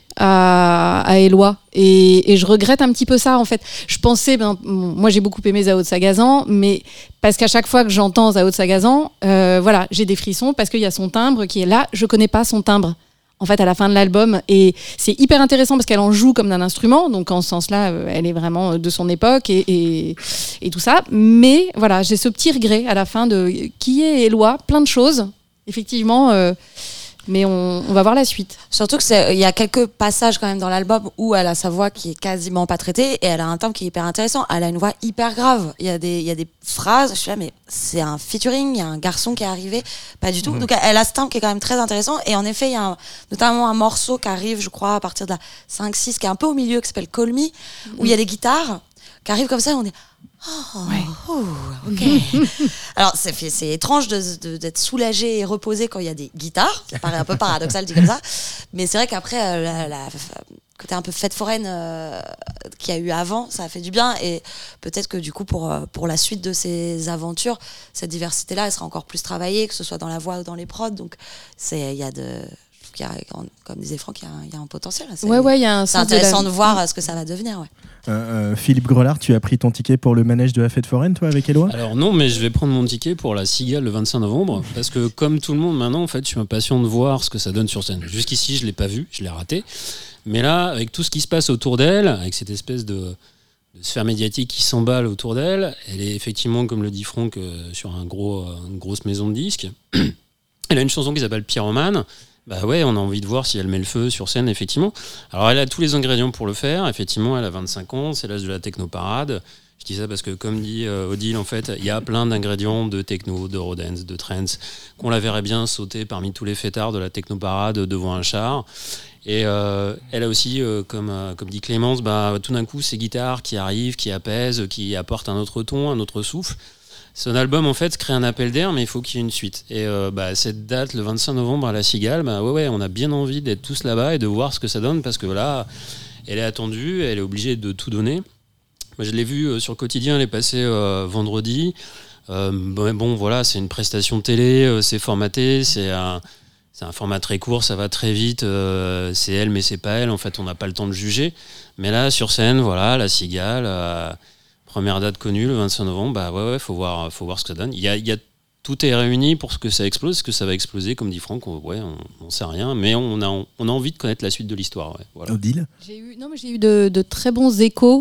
à, à Éloi. Et, et je regrette un petit peu ça, en fait. Je pensais, ben, moi j'ai beaucoup aimé Zao de Sagazan, mais parce qu'à chaque fois que j'entends Zao de Sagazan, euh, voilà, j'ai des frissons parce qu'il y a son timbre qui est là. Je connais pas son timbre, en fait, à la fin de l'album. Et c'est hyper intéressant parce qu'elle en joue comme d'un instrument. Donc, en ce sens-là, euh, elle est vraiment de son époque et, et, et tout ça. Mais voilà, j'ai ce petit regret à la fin de qui est Éloi, plein de choses. Effectivement, euh, mais on, on va voir la suite. Surtout qu'il y a quelques passages quand même dans l'album où elle a sa voix qui est quasiment pas traitée et elle a un timbre qui est hyper intéressant. Elle a une voix hyper grave. Il y a des, il y a des phrases, je suis là, mais c'est un featuring, il y a un garçon qui est arrivé. Pas du tout. Mmh. Donc elle a ce timbre qui est quand même très intéressant. Et en effet, il y a un, notamment un morceau qui arrive, je crois, à partir de la cinq six, qui est un peu au milieu, qui s'appelle Call Me, mmh. où il y a des guitares qui arrivent comme ça et on est... Oh, ouais. oh, ok. Alors c'est, c'est étrange de, de, d'être soulagé et reposé quand il y a des guitares. Ça paraît un peu paradoxal dit comme ça, mais c'est vrai qu'après euh, la, la côté un peu fête foraine euh, qu'il y a eu avant, ça a fait du bien et peut-être que du coup pour pour la suite de ces aventures, cette diversité-là, elle sera encore plus travaillée, que ce soit dans la voix ou dans les prods. Donc c'est il y a de il y a, comme disait Franck, il y a, il y a un potentiel. C'est, ouais, ouais, il y a un c'est intéressant de, la... de voir ce que ça va devenir. Ouais. Euh, euh, Philippe Grelard, tu as pris ton ticket pour le manège de la fête foraine, toi, avec Éloi ? Alors non, mais je vais prendre mon ticket pour la Cigale le vingt-cinq novembre, parce que comme tout le monde maintenant, en fait, je suis impatient de voir ce que ça donne sur scène. Jusqu'ici, je l'ai pas vu, je l'ai raté. Mais là, avec tout ce qui se passe autour d'elle, avec cette espèce de, de sphère médiatique qui s'emballe autour d'elle, elle est effectivement, comme le dit Franck, euh, sur un gros, euh, une grosse maison de disques. Elle a une chanson qui s'appelle Pyromane. Bah ouais, on a envie de voir si elle met le feu sur scène, effectivement. Alors elle a tous les ingrédients pour le faire, effectivement, elle a vingt-cinq ans, c'est l'âge de la technoparade. Je dis ça parce que, comme dit euh, Odile, en fait, il y a plein d'ingrédients de techno, de eurodance, de trance, qu'on la verrait bien sauter parmi tous les fêtards de la technoparade devant un char. Et euh, elle a aussi, euh, comme, euh, comme dit Clémence, bah, tout d'un coup, ces guitares qui arrivent, qui apaisent, qui apportent un autre ton, un autre souffle. Son album, en fait, crée un appel d'air, mais il faut qu'il y ait une suite. Et euh, bah, cette date, le vingt-cinq novembre à la Cigale, bah, ouais, ouais, on a bien envie d'être tous là-bas et de voir ce que ça donne, parce que là, elle est attendue, elle est obligée de tout donner. Moi, je l'ai vue euh, sur le Quotidien, elle est passée euh, vendredi. Euh, bon, bon, voilà, c'est une prestation télé, euh, c'est formaté, c'est un, c'est un format très court, ça va très vite. Euh, c'est elle, mais c'est pas elle. En fait, on n'a pas le temps de juger. Mais là, sur scène, voilà, la Cigale... Euh, première date connue, le vingt-cinq novembre, bah ouais, ouais, faut voir, faut voir ce que ça donne. Il y a, il y a, tout est réuni pour que ça explose, que ça va exploser, comme dit Franck, on, ouais, on, on sait rien, mais on a, on a envie de connaître la suite de l'histoire. Ouais, voilà. Odile ? J'ai eu, non, mais j'ai eu de, de très bons échos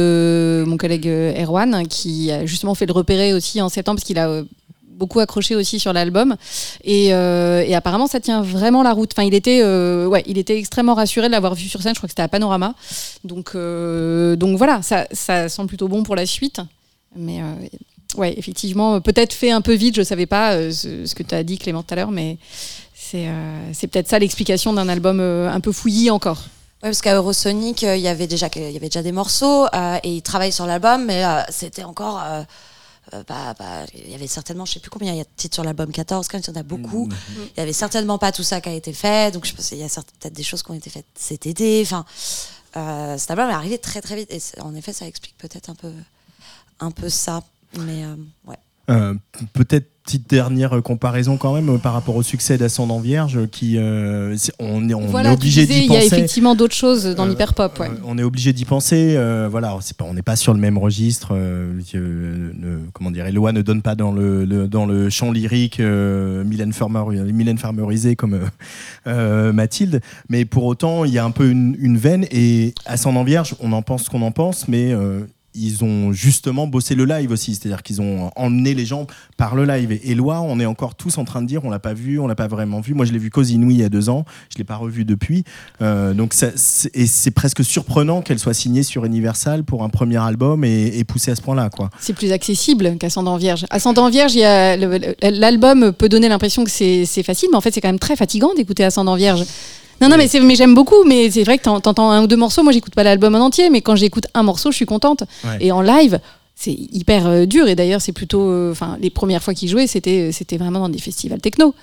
de mon collègue Erwan, qui a justement fait le repérer aussi en septembre, parce qu'il a euh, beaucoup accroché aussi sur l'album, et, euh, et apparemment ça tient vraiment la route. Enfin, il était, euh, ouais, il était extrêmement rassuré de l'avoir vu sur scène. Je crois que c'était à Panorama. Donc, euh, donc voilà, ça, ça sent plutôt bon pour la suite. Mais euh, ouais, effectivement, peut-être fait un peu vite. Je savais pas euh, ce, ce que tu as dit, Clément, tout à l'heure, mais c'est, euh, c'est peut-être ça l'explication d'un album euh, un peu fouillis encore. Ouais, parce qu'à Eurosonic, il euh, y avait déjà, il y avait déjà des morceaux euh, et il travaille sur l'album, mais euh, c'était encore. Euh, Euh, bah, bah, il y avait certainement, je sais plus combien il y a de titres sur l'album, quatorze, quinze, il y en a beaucoup. Mmh. Il y avait certainement pas tout ça qui a été fait, donc je pense qu'il y a peut-être des choses qui ont été faites cet été. Enfin, euh, cet album est arrivé très très vite, et en effet, ça explique peut-être un peu, un peu ça. Mais euh, ouais. Euh, peut-être petite dernière comparaison quand même euh, par rapport au succès d'Ascendant Vierge qui euh, c'est- on est on Voilà, est obligé tu disais, d'y il y a penser. effectivement d'autres choses dans Euh, l'hyperpop. Ouais. Euh, on est obligé d'y penser. euh, voilà, c'est pas, on n'est pas sur le même registre. euh, euh, ne- comment dire, Eloi ne donne pas dans le, le- dans le chant lyrique euh, Mylène Farmer, Mylène Farmerisé comme euh, euh, Mathilde. Mais pour autant, il y a un peu une, une veine. Et Ascendant Vierge, on en pense ce qu'on en pense, mais euh, ils ont justement bossé le live aussi, c'est-à-dire qu'ils ont emmené les gens par le live. Et Eloi, on est encore tous en train de dire, on l'a pas vu, on l'a pas vraiment vu. Moi, je l'ai vu qu'aux Inouïs il y a deux ans, je l'ai pas revu depuis. Euh, donc, ça, c'est, et c'est presque surprenant qu'elle soit signée sur Universal pour un premier album et, et poussée à ce point-là, quoi. C'est plus accessible qu'Ascendant Vierge. Ascendant Vierge, il y a le- le- l'album peut donner l'impression que c'est c'est facile, mais en fait, c'est quand même très fatigant d'écouter Ascendant Vierge. Non, non, mais, c'est- mais j'aime beaucoup, mais c'est vrai que t'en- t'entends un ou deux morceaux. Moi, j'écoute pas l'album en entier, mais quand j'écoute un morceau, je suis contente. Ouais. Et en live, c'est hyper euh, dur. Et d'ailleurs, c'est plutôt. Enfin, les premières fois qu'ils jouaient, c'était c'était vraiment dans des festivals techno.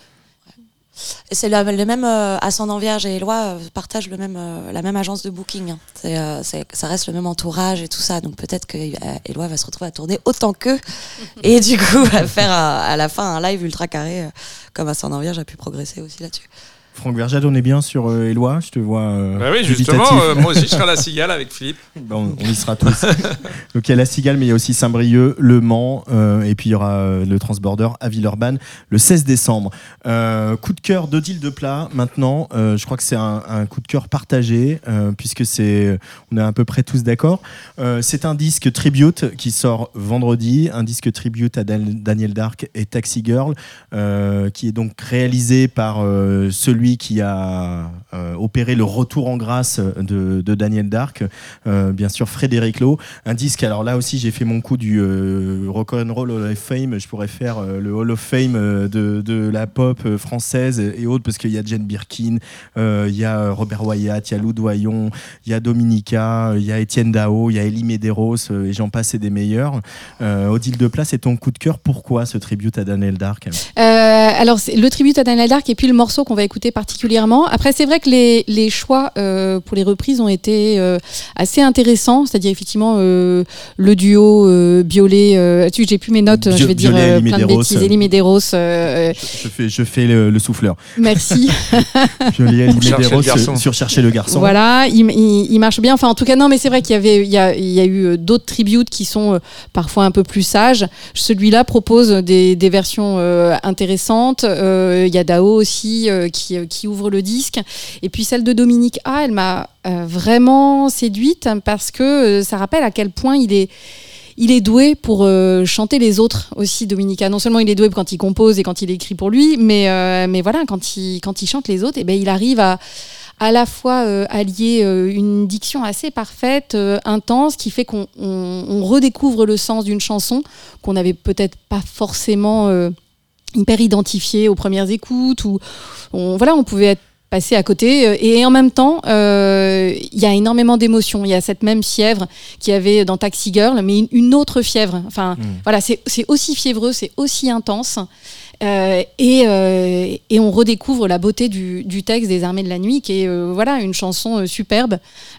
Et c'est la- le même euh, Ascendant Vierge et Eloi euh, partagent le même, euh, la même agence de booking. hein. C'est, euh, c'est- ça reste le même entourage et tout ça. Donc peut-être que euh, Eloi va se retrouver à tourner autant qu'eux. Et du coup, à faire à, à la fin un live ultra carré, euh, comme Ascendant Vierge a pu progresser aussi là-dessus. Franck Verjade, on est bien sur euh, Eloi, je te vois. euh, Bah oui, dubitatif. justement, euh, moi aussi, je serai à la Cigale avec Philippe. Bon, on y sera tous. Donc il y a la Cigale, mais il y a aussi Saint-Brieuc, Le Mans, euh, et puis il y aura euh, le Transborder à Villeurbanne le seize décembre. Euh, coup de cœur d'Odile de Plat. Maintenant, euh, je crois que c'est un, un coup de cœur partagé, euh, puisque c'est, on est à peu près tous d'accord. Euh, c'est un disque tribute qui sort vendredi, un disque tribute à Dan- Daniel Dark et Taxi Girl, euh, qui est donc réalisé par euh, celui qui a euh, opéré le retour en grâce de, de Daniel Dark, euh, bien sûr Frédéric Lowe. Un disque, alors là aussi j'ai fait mon coup du euh, Rock and Roll Hall of Fame, je pourrais faire euh, le Hall of Fame euh, de, de la pop euh, française et autres, parce qu'il y a Jane Birkin, euh, il y a Robert Wyatt, il y a Lou Doyon, il y a Dominica, il y a Étienne Dao, il y a Elie Medeiros, euh, et j'en passe et des meilleurs. Euh, Odile de Plat, c'est ton coup de cœur. Pourquoi ce tribute à Daniel Dark? Euh, alors, c'est le tribute à Daniel Dark et puis le morceau qu'on va écouter particulièrement. Après, c'est vrai que les, les choix euh, pour les reprises ont été euh, assez intéressants, c'est-à-dire effectivement euh, le duo euh, Biolay. Euh, tu, j'ai plus mes notes, Bio- je vais dire Biolay, euh, Elie plein de Medeiros. bêtises. Elie Medeiros. euh, Je fais, je fais le, le souffleur. merci. Jolie Elie Chercher le Medeiros garçon. sur Chercher le garçon. Voilà, il, il, il marche bien. Enfin, en tout cas, non, mais c'est vrai qu'il y avait, il y a, il y a eu euh, d'autres tributes qui sont euh, parfois un peu plus sages. Celui-là propose des, des versions euh, intéressantes. Euh, Il y a Dao aussi euh, qui, euh, qui ouvre le disque. Et puis celle de Dominique A, elle m'a euh, vraiment séduite parce que euh, ça rappelle à quel point il est. Il est doué pour euh, chanter les autres aussi, Dominique A. Non seulement il est doué quand il compose et quand il écrit pour lui, mais, euh, mais voilà, quand il, quand il chante les autres, eh ben, il arrive à à la fois euh, allier euh, une diction assez parfaite, euh, intense, qui fait qu'on on, on redécouvre le sens d'une chanson qu'on n'avait peut-être pas forcément euh, hyper identifié aux premières écoutes, ou on, voilà, on pouvait être passé à côté, euh, et en même temps il euh, y a énormément d'émotions. Il y a cette même fièvre qu'il y avait dans Taxi Girl, mais une, une autre fièvre. Enfin, Mm. voilà, c'est c'est aussi fiévreux, c'est aussi intense. Euh, et, euh, et on redécouvre la beauté du, du texte des Armées de la Nuit, qui est euh, voilà, une chanson euh, superbe.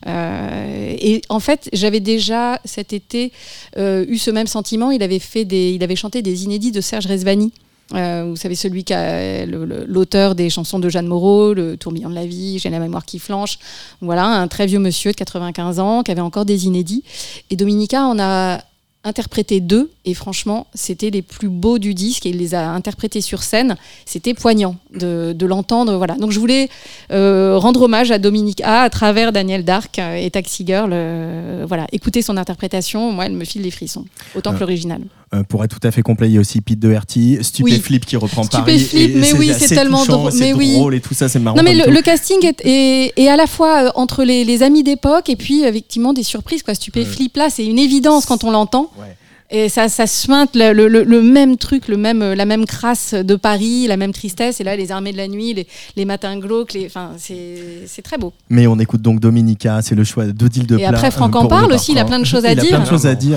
Euh, et en fait, j'avais déjà cet été euh, eu ce même sentiment. Il avait, fait des, il avait chanté des inédits de Serge Rezvani. Euh, vous savez, celui qui a le- le- l'auteur des chansons de Jeanne Moreau, Le Tourbillon de la vie, J'ai la mémoire qui flanche. Voilà, un très vieux monsieur de quatre-vingt-quinze ans qui avait encore des inédits. Et Dominica en a interprété deux, et franchement, c'était les plus beaux du disque, et il les a interprétés sur scène. C'était poignant de, de l'entendre. Voilà. Donc je voulais euh, rendre hommage à Dominique A à travers Daniel Dark euh, et Taxi Girl. Euh, voilà, écouter son interprétation, moi, elle me file des frissons, autant Euh, que l'original. Euh, pour être tout à fait complet, il y a aussi Pete Doherty, Stupéflip qui reprend Paris. Stupéflip, et mais oui, assez c'est tellement touchant, drôle. c'est Mais oui. drôle et tout ça, c'est marrant. Non, mais comme le, tout. le casting est, est, est à la fois euh, entre les, les amis d'époque et puis effectivement des surprises. Quoi. Stupéflip, là, c'est une évidence quand on l'entend. Ouais. Et ça, ça se suinte le, le, le- le même truc, le même, la même crasse de Paris, la même tristesse. Et là, les Armées de la Nuit, les, les matins glauques, les, enfin, c'est, c'est très beau. Mais on écoute donc Dominica, c'est le choix d'Odile de Et Plat. après, Franck euh, en pour parle le aussi, il a parcours. plein de choses à il a dire. plein de choses à dire.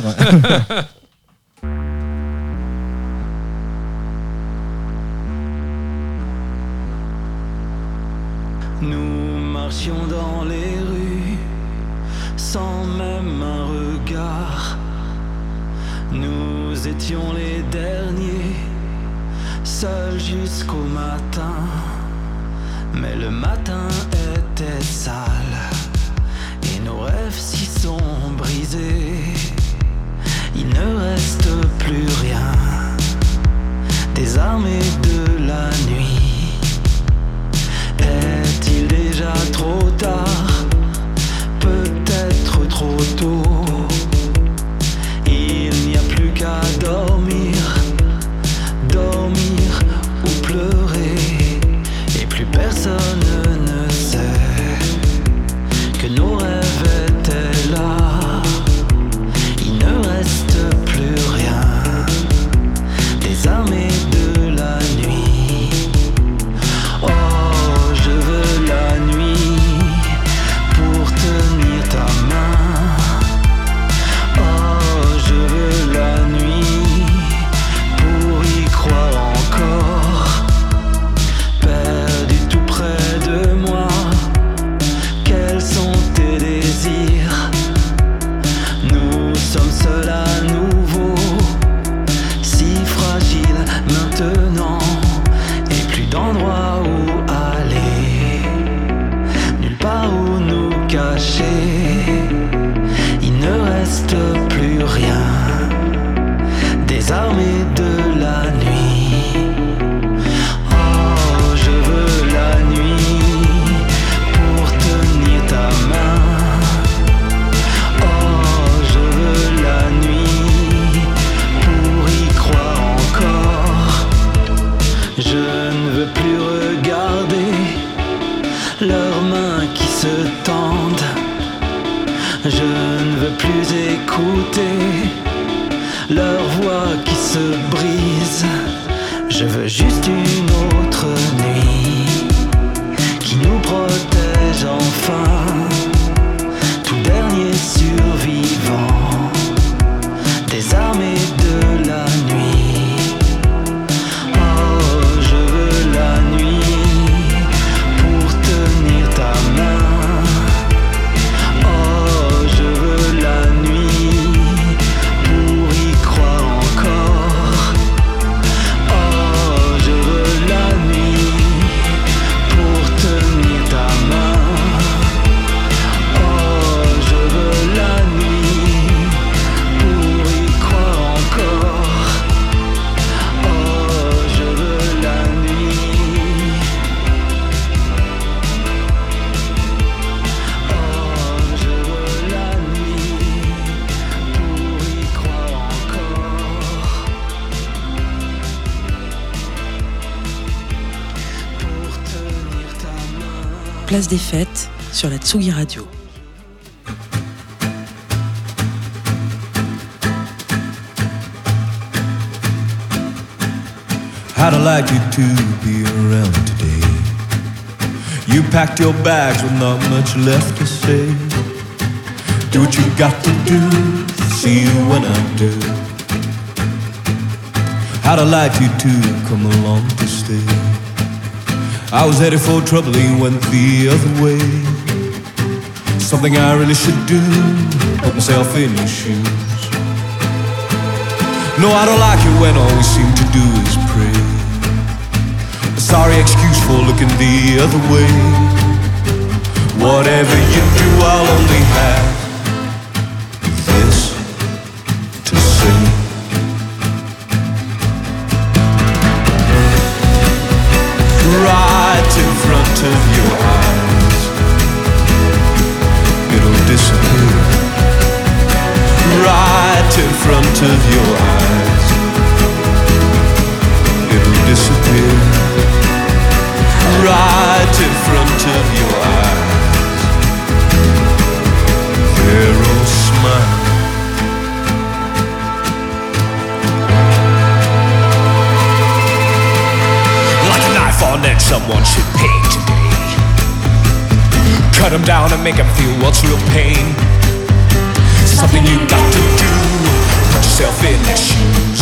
Nous marchions dans les rues sans même un regard. Nous Nous étions les derniers, seuls jusqu'au matin. Mais le matin était sale et nos rêves s'y sont brisés. Il ne reste plus rien des armées de la nuit. Est-il déjà trop tard? Peut-être trop tôt. Il n'y a plus qu'à dormir, dormir ou pleurer. Et plus personne ne sait que nos rêves étaient là. Il ne reste plus rien des armées de la nuit. Oh, je veux la nuit pour tenir ta main. Oh, je veux la nuit pour y croire encore. Perdu tout près de moi, quels sont tes désirs? Nous sommes seuls à nouveau, si fragiles maintenant, et plus d'endroit où aller, nulle part où nous cacher. Il ne reste plus rien des armées de la nuit. Oh, je veux la nuit pour tenir ta main. Oh, je veux la nuit pour y croire encore. Je ne veux plus regarder leurs mains qui se tendent. Je ne veux plus écouter leur voix qui se brise. Je veux juste une autre nuit qui nous protège enfin. Tout dernier survivant des armées de la nuit. Oh, je veux la nuit pour tenir ta main. Oh, je veux la nuit pour y croire encore. Oh, je veux la nuit pour tenir ta main. Oh, je veux la nuit pour y croire encore. Oh, je veux la nuit. Oh, je veux la nuit pour y croire encore. Pour tenir ta main. Place des Fêtes sur la Tsugi Radio. How'd I like you to be around today? You packed your bags with not much left to say. Do what you got to do, see you when I do. How'd I like you to come along to stay? I was headed for trouble, you went the other way. Something I really should do, put myself in your shoes. No, I don't like it when all we seem to do is pray. A sorry excuse for looking the other way. Whatever you do, I'll only have this to say. Right in front of your eyes, it'll disappear. Right in front of your eyes, it'll disappear. Right in front of your eyes, they're all smiling. Like a knife on edge, someone should pay today. Cut them down and make them feel what's real pain. Something you got to do, put yourself in their shoes.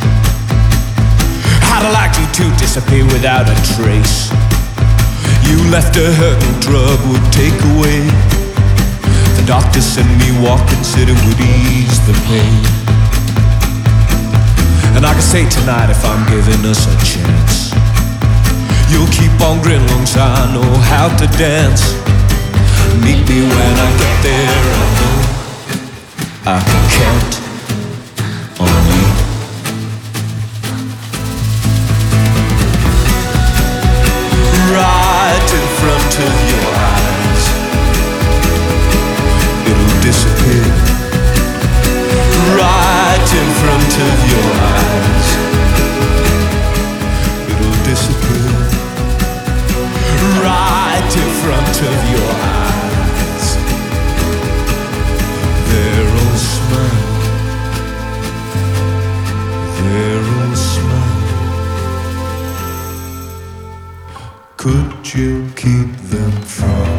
How'd I like you to disappear without a trace? You left a hurt no drug would take away. The doctor sent me walking, said it would ease the pain. And I can say tonight if I'm giving us a chance, you'll keep on grinning long so I know how to dance. Meet me when I get there, I know I can count on you. Right in front of your eyes, it'll disappear. Right in front of your eyes, it'll disappear. Right in front of your eyes, they're all smile, they're all smile. Could you keep them from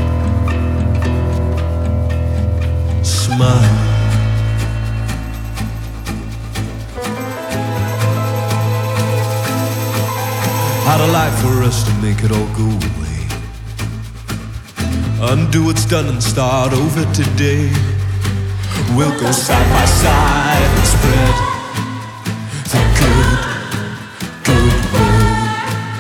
smile? I'd like for us to make it all go away, undo what's done and start over today. We'll go side by side and spread the good, good word.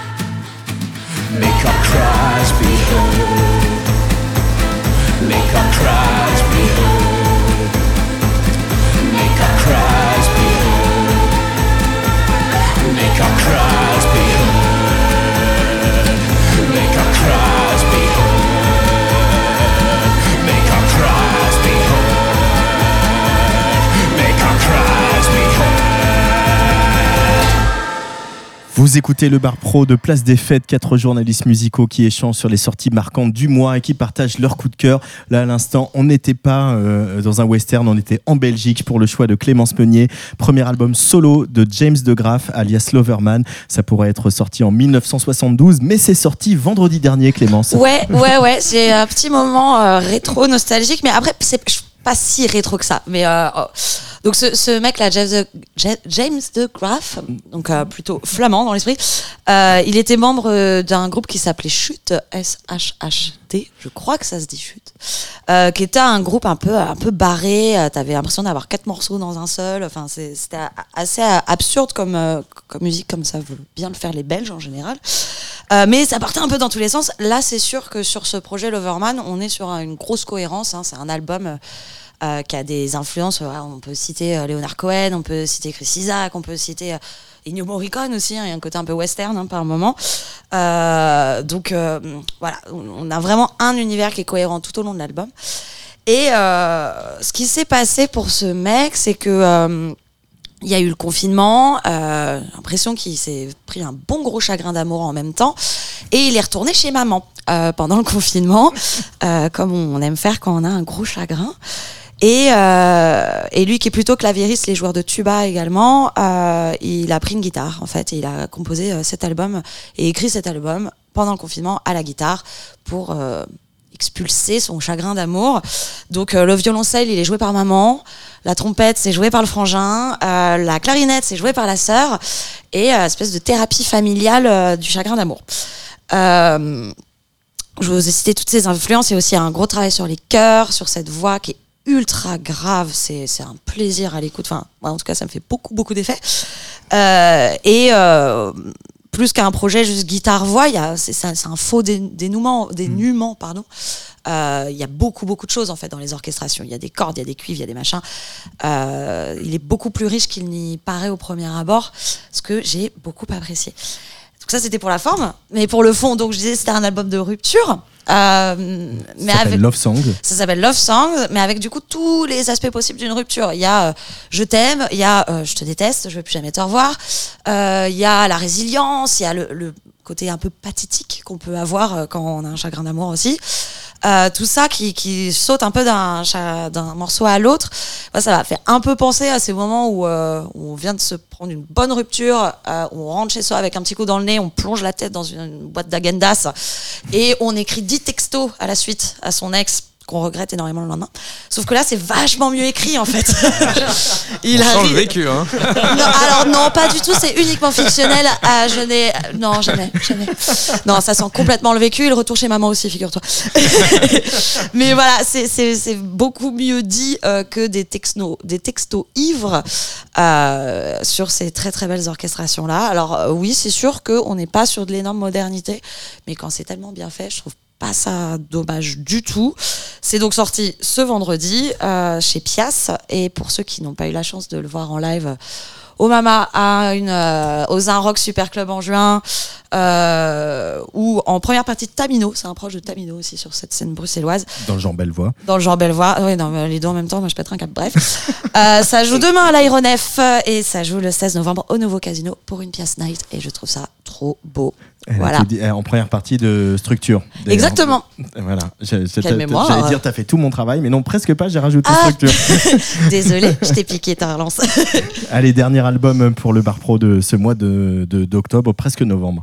Make our cries be heard. Make our cries be heard. Make our cries be heard. Make our cries be heard. Make our cries be heard. Make our cries be heard. Make our cries be heard. Vous écoutez le Bar Pro de Place des Fêtes, quatre journalistes musicaux qui échangent sur les sorties marquantes du mois et qui partagent leur coup de cœur. Là, à l'instant, on n'était pas euh, dans un western, on était en Belgique pour le choix de Clémence Meunier. Premier album solo de James De Graaf, alias Loverman. Ça pourrait être sorti en dix-neuf cent soixante-douze, mais c'est sorti vendredi dernier, Clémence. Ouais, ouais, ouais. C'est un petit moment euh, rétro nostalgique, mais après, c'est pas si rétro que ça. Mais euh, oh. Donc ce, ce mec là, James De, James De Graaf, donc euh, plutôt flamand dans l'esprit, euh, il était membre d'un groupe qui s'appelait Chute, S H H T, je crois que ça se dit Chute, euh, qui était un groupe un peu un peu barré. T'avais l'impression d'avoir quatre morceaux dans un seul. Enfin, c'est, c'était assez absurde comme euh, comme musique, comme ça veut bien le faire les Belges en général. Euh, mais ça partait un peu dans tous les sens. Là, c'est sûr que sur ce projet Loverman, on est sur une grosse cohérence. Hein, c'est un album euh, Euh, qui a des influences, euh, on peut citer euh, Leonard Cohen, on peut citer Chris Isaak, on peut citer euh, Ennio Morricone aussi, hein, il y a un côté un peu western hein, par moment. Euh, donc euh, voilà, on a vraiment un univers qui est cohérent tout au long de l'album. Et euh, ce qui s'est passé pour ce mec, c'est que euh, il y a eu le confinement, euh, j'ai l'impression qu'il s'est pris un bon gros chagrin d'amour en même temps, et il est retourné chez maman euh, pendant le confinement, euh, comme on aime faire quand on a un gros chagrin. Et, euh, et lui qui est plutôt claviériste, les joueurs de tuba également, euh, il a pris une guitare en fait, et il a composé euh, cet album et écrit cet album pendant le confinement à la guitare pour euh, expulser son chagrin d'amour. Donc euh, le violoncelle il est joué par maman, la trompette c'est joué par le frangin, euh, la clarinette c'est joué par la sœur, et euh, espèce de thérapie familiale euh, du chagrin d'amour. Euh, je vous ai cité toutes ces influences, il y a aussi un gros travail sur les chœurs, sur cette voix qui est ultra grave, c'est, c'est un plaisir à l'écoute, enfin moi, en tout cas ça me fait beaucoup beaucoup d'effets, euh, et euh, plus qu'un projet juste guitare-voix, il y a, c'est, c'est un faux dé, dénouement, dénuement, pardon. Euh, il y a beaucoup beaucoup de choses en fait dans les orchestrations, il y a des cordes, il y a des cuivres, il y a des machins, euh, il est beaucoup plus riche qu'il n'y paraît au premier abord, ce que j'ai beaucoup apprécié. Donc ça c'était pour la forme, mais pour le fond, donc je disais c'était un album de rupture. Euh, mais ça s'appelle avec, Love Song. Ça s'appelle Love Song, mais avec du coup tous les aspects possibles d'une rupture. Il y a euh, je t'aime, il y a euh, je te déteste, je veux plus jamais te revoir. Euh, il y a la résilience, il y a le, le côté un peu pathétique qu'on peut avoir quand on a un chagrin d'amour aussi. Euh, tout ça qui, qui saute un peu d'un, d'un morceau à l'autre. Moi, ça m'a fait un peu penser à ces moments où, euh, où on vient de se prendre une bonne rupture, euh, où on rentre chez soi avec un petit coup dans le nez, on plonge la tête dans une boîte d'agendas et on écrit dix textos à la suite à son ex qu'on regrette énormément le lendemain. Sauf que là, c'est vachement mieux écrit en fait. Il On a sent ri... le vécu, hein. Non, alors non, pas du tout. C'est uniquement fictionnel. Ah, je n'ai non jamais, jamais. Non, ça sent complètement le vécu. Et le retour chez maman aussi, figure-toi. Mais voilà, c'est, c'est, c'est beaucoup mieux dit euh, que des textos, des textos ivres euh, sur ces très très belles orchestrations là. Alors euh, oui, c'est sûr qu'on n'est pas sur de l'énorme modernité, mais quand c'est tellement bien fait, je trouve pas ça dommage du tout. C'est donc sorti ce vendredi euh, chez Pias, et pour ceux qui n'ont pas eu la chance de le voir en live au Mama, à une, euh, aux Un Rock Super Club en juin, euh, ou en première partie de Tamino, c'est un proche de Tamino aussi sur cette scène bruxelloise. Dans le genre Bellevoix. Dans le genre Bellevoix, oui, non, les deux en même temps, moi je pèterai un câble, bref. euh, ça joue demain à l'Aéronef et ça joue le seize novembre au Nouveau Casino pour une Pias Night, et je trouve ça trop beau. Elle voilà. Dit, en première partie de Structure. Exactement. Voilà. J'ai, j'ai, Quelle mémoire. J'allais dire, t'as fait tout mon travail, mais non, presque pas, j'ai rajouté ah Structure. Désolée, je t'ai piqué ta relance. Allez, dernier album pour le Bar Pro de ce mois de, de, d'octobre, presque novembre.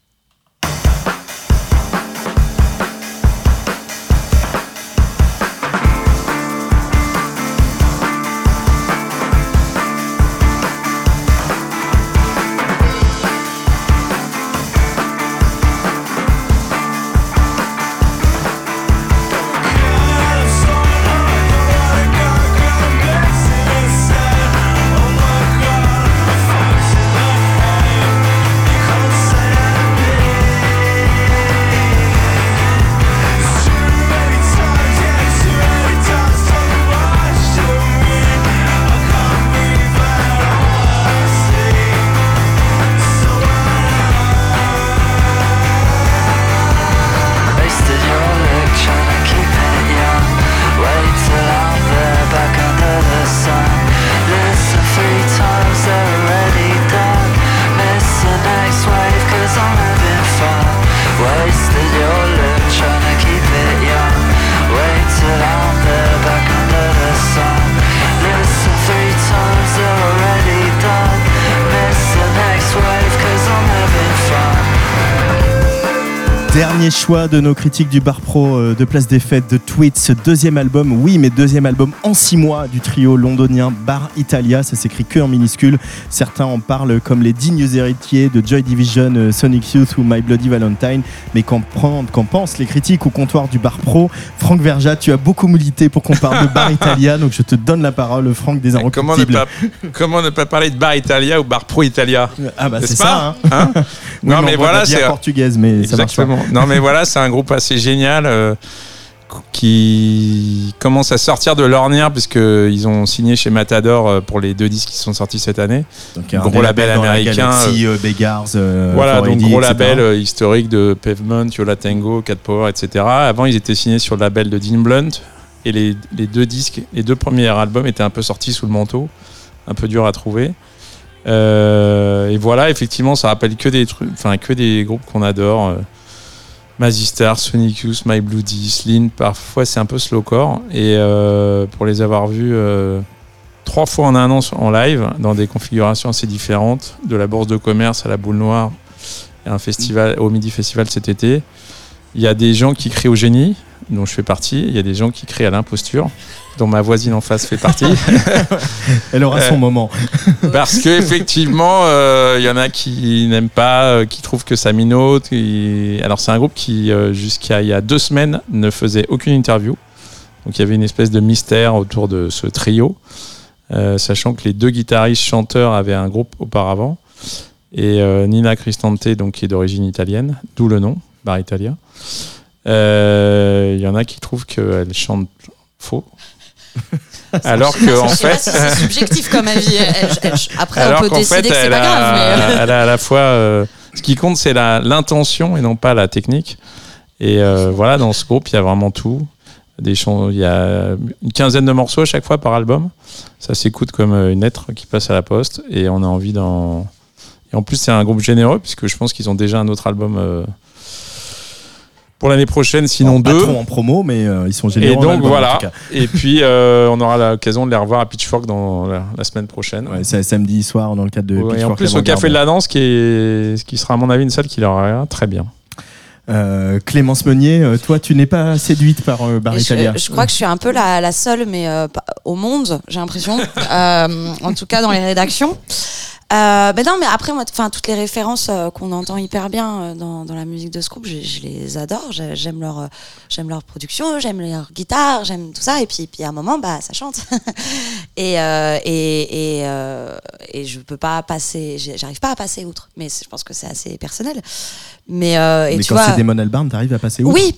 Dernier choix de nos critiques du Bar Pro de Place des Fêtes de Tweets, deuxième album, oui, mais deuxième album en six mois du trio londonien Bar Italia. Ça s'écrit que en minuscule. Certains en parlent comme les dignes héritiers de Joy Division, Sonic Youth ou My Bloody Valentine. Mais qu'en, qu'en pensent les critiques au comptoir du Bar Pro? Franck Verja, tu as beaucoup milité pour qu'on parle de Bar Italia, donc je te donne la parole, Franck des Inrecuptibles. Comment ne pas, comment ne pas parler de Bar Italia ou Bar Pro Italia? Ah bah N'est-ce c'est pas, ça. Hein hein oui, non mais voilà, c'est portugaise, mais exactement. Ça marche pas. Non mais voilà, c'est un groupe assez génial euh, qui commence à sortir de l'ornière puisqu'ils ont signé chez Matador pour les deux disques qui sont sortis cette année. Donc un gros label américain. Galaxy, euh, Beggars, euh, voilà, donc Indie, gros et cetera. label euh, historique de Pavement, Yola Tango, Cat Power, et cetera. Avant, ils étaient signés sur le label de Dean Blunt et les, les deux disques, les deux premiers albums étaient un peu sortis sous le manteau, un peu dur à trouver. Euh, et voilà, effectivement, ça rappelle que des trucs, enfin que des groupes qu'on adore. Euh, Mazistar, Sonic Youth, My Bloody, Slint, parfois c'est un peu slowcore. Et euh, pour les avoir vus euh, trois fois en un an en live, dans des configurations assez différentes, de la Bourse de Commerce à la Boule Noire, et un festival, au Midi Festival cet été, il y a des gens qui crient au génie, dont je fais partie, il y a des gens qui crient à l'imposture, dont ma voisine en face fait partie. Elle aura son euh, moment. Parce qu'effectivement, il euh, y en a qui n'aiment pas, euh, qui trouvent que ça minote. Qui... Alors c'est un groupe qui, euh, jusqu'à il y a deux semaines, ne faisait aucune interview. Donc il y avait une espèce de mystère autour de ce trio, euh, sachant que les deux guitaristes chanteurs avaient un groupe auparavant. Et euh, Nina Cristante, donc, qui est d'origine italienne, d'où le nom, Bar Italia. Il euh, y en a qui trouvent qu'elle chante faux. Alors que en fait, c'est subjectif comme avis. Elle, elle, après, alors on peut décider fait, que c'est pas a, grave. Mais... elle a à la fois, euh, ce qui compte, c'est la, l'intention et non pas la technique. Et euh, voilà, dans ce groupe, il y a vraiment tout. Des chants, il y a une quinzaine de morceaux à chaque fois par album. Ça s'écoute comme une lettre qui passe à la poste, et on a envie d'en. Et en plus, c'est un groupe généreux puisque je pense qu'ils ont déjà un autre album. Euh, pour l'année prochaine, sinon pas deux. Pas trop en promo, mais euh, ils sont généreux. Et donc album, voilà. en tout cas. Et puis euh, on aura l'occasion de les revoir à Pitchfork dans la, la semaine prochaine. Ouais, c'est samedi soir dans le cadre de ouais, Pitchfork. Et en plus au Café de la Danse, qui est, qui sera à mon avis une salle qui leur ira très bien. Euh, Clémence Meunier, euh, toi, tu n'es pas séduite par euh, Bar Italia. Je, je crois que je suis un peu la, la seule, mais euh, pas- au monde, j'ai l'impression. Euh, en tout cas, dans les rédactions. Euh, ben non, mais après, moi, enfin, toutes les références euh, qu'on entend hyper bien euh, dans, dans la musique de ce groupe, je, je les adore. Je- J'aime leur, euh, j'aime leur production, j'aime leur guitare, j'aime tout ça. Et puis, puis à un moment, bah, ça chante. et, euh, et, et, euh, et je peux pas passer, j'ai- j'arrive pas à passer outre. Mais c'est- je pense que c'est assez personnel. Mais, euh, et Mais tu quand vois, c'est Damon Albarn, t'arrives à passer où? oui,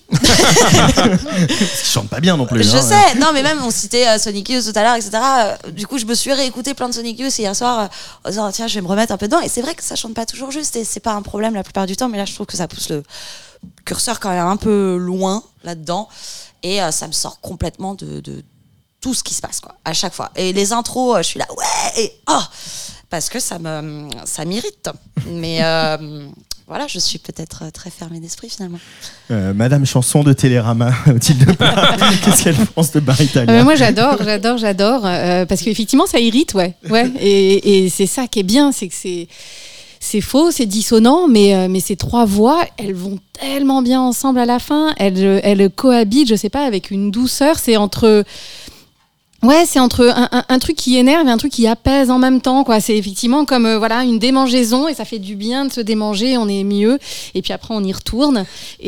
Ils chantent pas bien non plus. je hein. sais. Non, mais même on citait euh, Sonic Youth tout à l'heure, et cetera. Euh, du coup, je me suis réécouté plein de Sonic Youth hier soir, euh, en disant tiens, je vais me remettre un peu dedans. Et c'est vrai que ça chante pas toujours juste, et c'est pas un problème la plupart du temps. Mais là, je trouve que ça pousse le curseur quand même un peu loin là-dedans, et euh, ça me sort complètement de, de tout ce qui se passe, quoi, à chaque fois. Et les intros, euh, je suis là ouais, et oh, parce que ça me, ça m'irrite. Mais euh, voilà, je suis peut-être très fermée d'esprit finalement. Euh, Madame Chanson de Télérama, Mathilde Parr, qu'est-ce qu'elle pense de Bar Italia? Euh, moi j'adore, j'adore, j'adore, euh, parce qu'effectivement ça irrite, ouais, ouais, et, et c'est ça qui est bien, c'est que c'est c'est faux, c'est dissonant, mais euh, mais ces trois voix, elles vont tellement bien ensemble à la fin, elles elles cohabitent, je sais pas, avec une douceur, c'est entre Ouais, c'est entre un, un, un truc qui énerve et un truc qui apaise en même temps, quoi. C'est effectivement comme euh, voilà une démangeaison, et ça fait du bien de se démanger, on est mieux, et puis après on y retourne.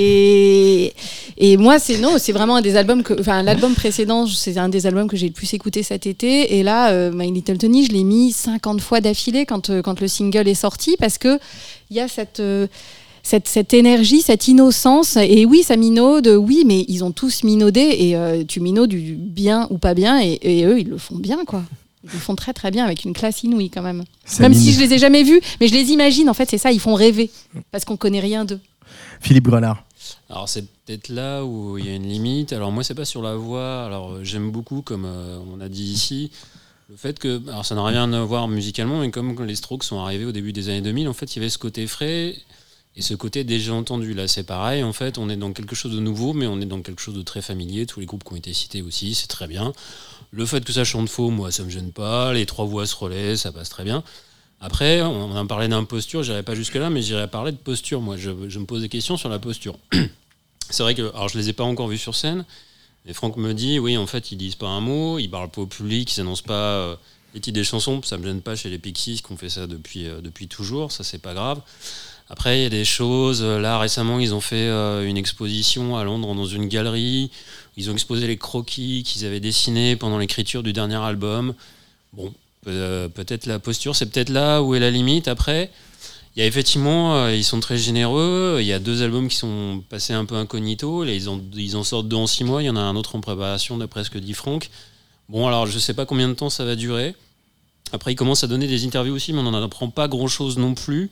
Et et moi c'est non, c'est vraiment un des albums que, enfin l'album précédent, c'est un des albums que j'ai le plus écouté cet été. Et là, euh, My Little Tony, je l'ai mis cinquante fois d'affilée quand euh, quand le single est sorti, parce que il y a cette euh, Cette, cette énergie, cette innocence, et oui, ça minaude, oui, mais ils ont tous minaudé, et euh, tu minaudes du bien ou pas bien, et, et eux, ils le font bien, quoi. Ils le font très très bien, avec une classe inouïe quand même. Ça même mine. si je les ai jamais vus, mais je les imagine, en fait, c'est ça, ils font rêver, parce qu'on connaît rien d'eux. Philippe Grenard. Alors c'est peut-être là où il y a une limite. Alors moi c'est pas sur la voix. Alors euh, j'aime beaucoup, comme euh, on a dit ici, le fait que, alors ça n'a rien à voir musicalement, mais comme les Strokes sont arrivés au début des années deux mille, en fait il y avait ce côté frais et ce côté déjà entendu. Là c'est pareil, en fait on est dans quelque chose de nouveau, mais on est dans quelque chose de très familier. Tous les groupes qui ont été cités aussi, c'est très bien. Le fait que ça chante faux, moi ça me gêne pas. Les trois voix se relaient, ça passe très bien. Après, on en parlait d'imposture, j'irai pas jusque-là, mais j'irai parler de posture. Moi, je, je me pose des questions sur la posture. C'est vrai que, alors je les ai pas encore vus sur scène, mais Franck me dit, oui, en fait, ils disent pas un mot, ils parlent pas au public, ils annoncent pas euh, les titres des chansons. Ça me gêne pas chez les Pixies, qu'on fait ça depuis, euh, depuis toujours, ça c'est pas grave. Après, il y a des choses, là récemment, ils ont fait euh, une exposition à Londres dans une galerie, ils ont exposé les croquis qu'ils avaient dessinés pendant l'écriture du dernier album. Bon, Euh, peut-être la posture, c'est peut-être là où est la limite. Après, il y a effectivement, euh, ils sont très généreux. Il y a deux albums qui sont passés un peu incognito. Là, ils, en, ils en sortent deux en six mois. Il y en a un autre en préparation, d'après ce que dit Franck. Bon, alors je sais pas combien de temps ça va durer. Après, ils commencent à donner des interviews aussi, mais on n'en apprend pas grand-chose non plus.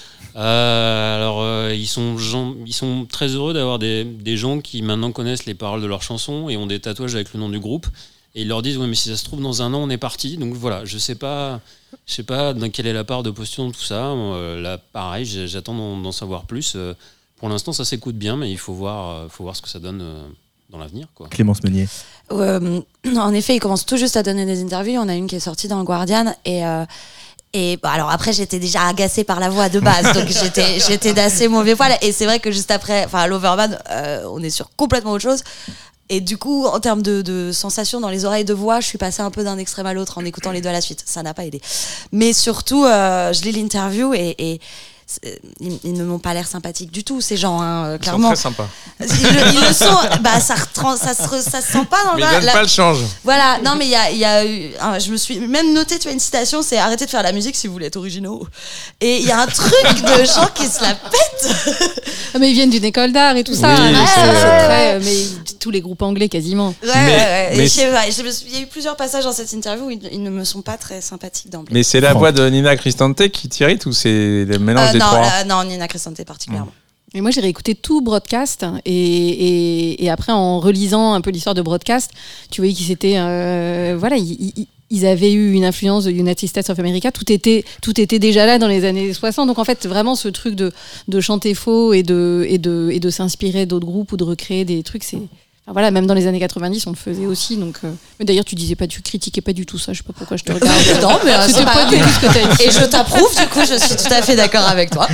Euh, alors, euh, ils, sont gens, ils sont très heureux d'avoir des, des gens qui maintenant connaissent les paroles de leurs chansons et ont des tatouages avec le nom du groupe. Et ils leur disent, ouais, mais si ça se trouve, dans un an, on est parti. Donc voilà, je sais pas, je sais pas dans quelle est la part de posture dans tout ça. Euh, là, pareil, j'attends d'en, d'en savoir plus. Euh, pour l'instant, ça s'écoute bien, mais il faut voir, euh, faut voir ce que ça donne euh, dans l'avenir, quoi. Clémence Meunier. Euh, en effet, ils commencent tout juste à donner des interviews. On a une qui est sortie dans le Guardian, et euh, et bah, alors après, j'étais déjà agacée par la voix de base, donc j'étais j'étais d'assez mauvais poil. Et c'est vrai que juste après, enfin, l'Overman, euh, on est sur complètement autre chose. Et du coup, en termes de, de sensations dans les oreilles de voix, je suis passée un peu d'un extrême à l'autre en écoutant les deux à la suite. Ça n'a pas aidé. Mais surtout, euh, je lis l'interview et, et ils, ils ne m'ont pas l'air sympathiques du tout, ces gens, hein, clairement. Ils sont très sympas. Ils le, ils le sont. Bah, ça, retran- ça, se, ça se sent pas dans le. Mais ils donnent la, pas le change. Voilà, non, mais il y a, y a eu. Hein, je me suis même noté, tu vois, une citation, c'est arrêtez de faire la musique si vous voulez être originaux. Et il y a un truc de gens qui se la pètent. Ah, mais ils viennent d'une école d'art et tout ça. Oui, hein, c'est- c'est ouais, très- mais tous les groupes anglais quasiment. Ouais, Mais- ouais, ouais. Et mais- je sais pas, je me suis- il y a eu plusieurs passages dans cette interview où ils, ils ne me sont pas très sympathiques d'emblée. Mais c'est la Franck. voix de Nina Cristante qui t'irrite ou c'est le mélange Euh, des non, trois là, non, Nina Cristante particulièrement. Et moi, j'ai réécouté tout Broadcast et, et, et après, en relisant un peu l'histoire de Broadcast, tu voyais qu'ils étaient, euh, voilà, ils, ils, ils avaient eu une influence de United States of America. Tout était, tout était déjà là dans les années soixante. Donc en fait, vraiment, ce truc de, de chanter faux et de, et de, et de s'inspirer d'autres groupes ou de recréer des trucs, c'est, Enfin, voilà, même dans les années quatre-vingt-dix, on le faisait aussi. Donc, euh... mais d'ailleurs, tu disais pas, tu critiquais pas du tout ça. Je sais pas pourquoi je te regarde. Non, mais euh, C'était c'est pas pas du tout ce que t'as dit. Et je t'approuve, du coup, je suis tout à fait d'accord avec toi.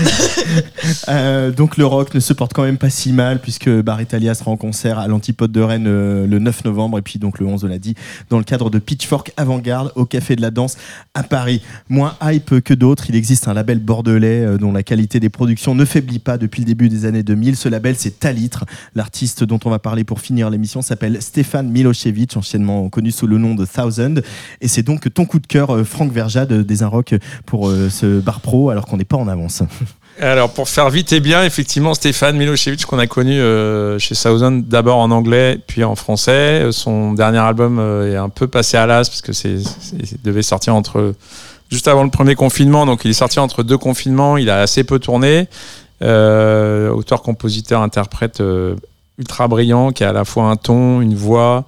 Euh, donc le rock ne se porte quand même pas si mal puisque Bar Italia sera en concert à l'Antipode de Rennes euh, le neuf novembre et puis donc le onze, on l'a dit, dans le cadre de Pitchfork Avant-Garde au Café de la Danse à Paris. Moins hype que d'autres, il existe un label bordelais euh, dont la qualité des productions ne faiblit pas depuis le début des années deux mille. Ce label, c'est Talitre. L'artiste dont on va parler pour finir l'émission s'appelle Stéphane Milošević, anciennement connu sous le nom de Thousand. Et c'est donc ton coup de cœur, euh, Franck Verjade, des Un Rock, pour euh, ce bar pro, alors qu'on n'est pas en avance. Alors, pour faire vite et bien, effectivement, Stéphane Milošević, qu'on a connu euh, chez Thousand, d'abord en anglais, puis en français. Son dernier album euh, est un peu passé à l'as, parce que c'est, c'est, il devait sortir entre, juste avant le premier confinement, donc il est sorti entre deux confinements, il a assez peu tourné. Euh, auteur, compositeur, interprète euh, ultra brillant, qui a à la fois un ton, une voix,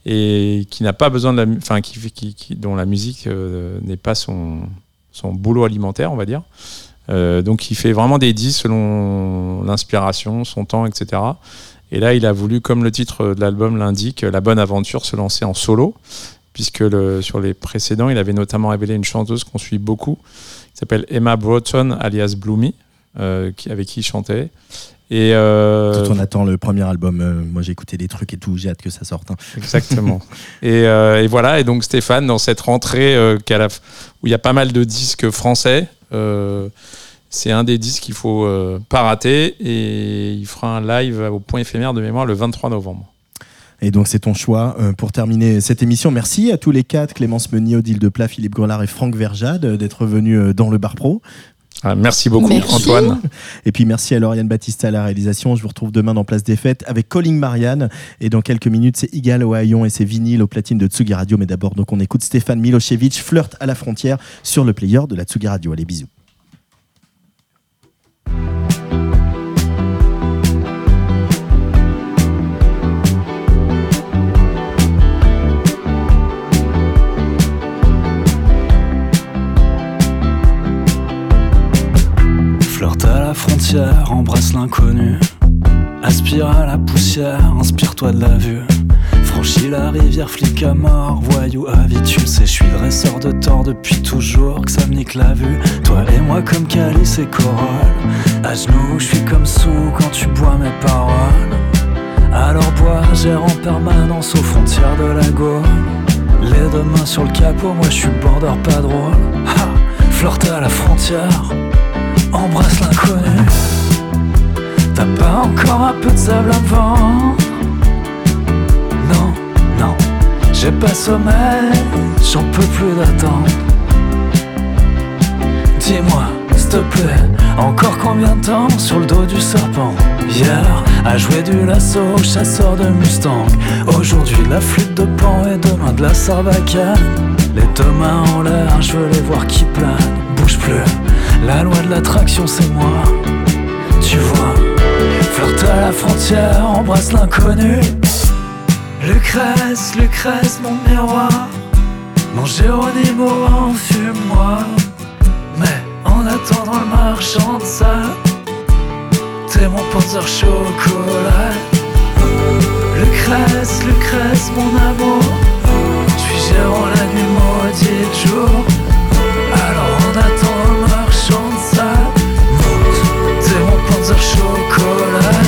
et qui n'a pas besoin de la, enfin, qui, qui, qui, dont la musique euh, n'est pas son, son boulot alimentaire, on va dire. Euh, donc il fait vraiment des disques selon l'inspiration, son temps, et cetera. Et là, il a voulu, comme le titre de l'album l'indique, La Bonne Aventure, se lancer en solo, puisque le, sur les précédents, il avait notamment révélé une chanteuse qu'on suit beaucoup, qui s'appelle Emma Broughton, alias Bloomy, euh, qui, avec qui il chantait. Et euh... Tout on attend le premier album. Euh, moi, j'ai écouté des trucs et tout. J'ai hâte que ça sorte. Hein. Exactement. et, euh, et voilà. Et donc Stéphane, dans cette rentrée euh, qu'à la f... où il y a pas mal de disques français, euh, c'est un des disques qu'il faut euh, pas rater. Et il fera un live au Point Éphémère de mémoire le vingt-trois novembre. Et donc c'est ton choix euh, pour terminer cette émission. Merci à tous les quatre, Clémence Meunier, Odile Deplat, Philippe Grelard et Franck Verjade, d'être venus euh, dans le bar pro. Ah, merci beaucoup, merci. Antoine. Et puis merci à Lauriane Battista à la réalisation. Je vous retrouve demain dans Place des Fêtes avec Calling Marianne. Et dans quelques minutes, c'est Igal Ohayon et ses vinyles au platine de Tsugi Radio. Mais d'abord, donc, on écoute Stéphane Milošević, Flirt à la frontière, sur le player de la Tsugi Radio. Allez, bisous. Flirte à la frontière, embrasse l'inconnu. Aspire à la poussière, inspire-toi de la vue. Franchis la rivière, flic à mort, voyou à vie. Tu sais, je suis dresseur de tort depuis toujours, que ça me nique la vue. Toi et moi comme Calice et Corolle. À genoux, je suis comme sous quand tu bois mes paroles. Alors bois, gère en permanence aux frontières de la Gaule. Les deux mains sur le capot, moi je suis border pas drôle. Ha, flirte à la frontière, embrasse l'inconnu. T'as pas encore un peu de sable à me vendre? Non, non, j'ai pas sommeil, j'en peux plus d'attendre. Dis-moi, s'il te plaît, encore combien de temps sur le dos du serpent? Hier, à jouer du lasso, chasseur de Mustang. Aujourd'hui, la flûte de Pan et demain de la sarbacane. Les deux mains en l'air, je veux les voir qui planent. Bouge plus, la loi de l'attraction c'est moi. Tu vois, flirte à la frontière, embrasse l'inconnu. Lucrèce, Lucrèce, mon miroir. Mon Géronimo, enfume-moi. Mais en attendant le marchand de sable, t'es mon Panzer chocolat. Lucrèce, Lucrèce, mon amour. J'suis gérant la nuit, maudit jour. Alors en attendant le marchand de sable, monte, t'es mon Panzer chocolat.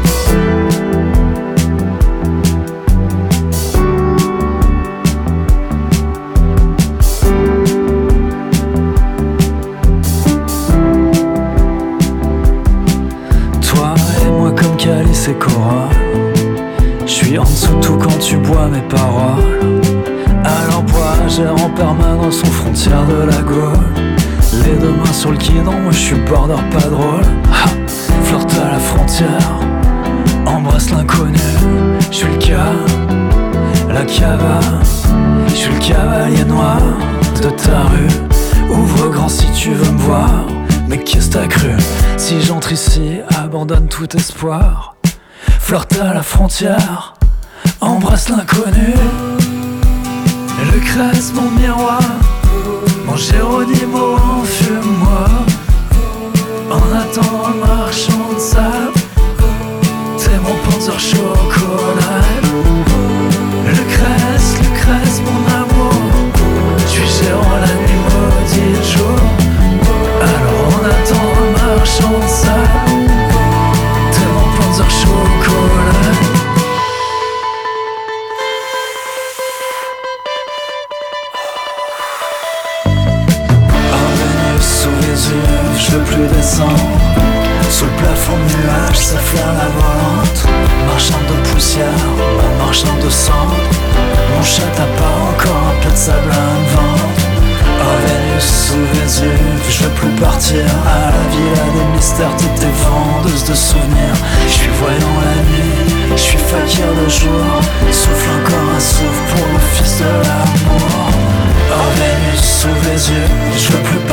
Toi et moi comme Calice et Corolle. J'suis en dessous tout quand tu bois mes paroles. Alors bois, gère en permanence aux frontières de la Gaule. Les deux mains sur le guidon, moi je suis border pas drôle. Ha, flirte à la frontière, embrasse l'inconnu. Je suis le gars, la cava, je suis le cavalier noir de ta rue. Ouvre grand si tu veux me voir, mais qu'est-ce t'as cru? Si j'entre ici, abandonne tout espoir. Flirte à la frontière, embrasse l'inconnu. Lucrèce, mon miroir, mon Géronimo, enfume-moi. En attendant le marchand de sable, t'es mon Panzer chocolat. Vésuve, je veux plus descendre. Sous le plafond de nuages, ça flaire la volante. Marchand de poussière, ma marchand de cendre. Mon chat t'as pas encore un peu de sable à me vendre. Oh Vénus sous Vésuve, je veux plus partir à la villa des mystères, t'étais vendeuse de souvenirs. Je suis voyant la nuit, je suis fakir le jour. Souffle encore un souffle pour le fils de l'amour. Oh Vénus sous Vésuve, je veux plus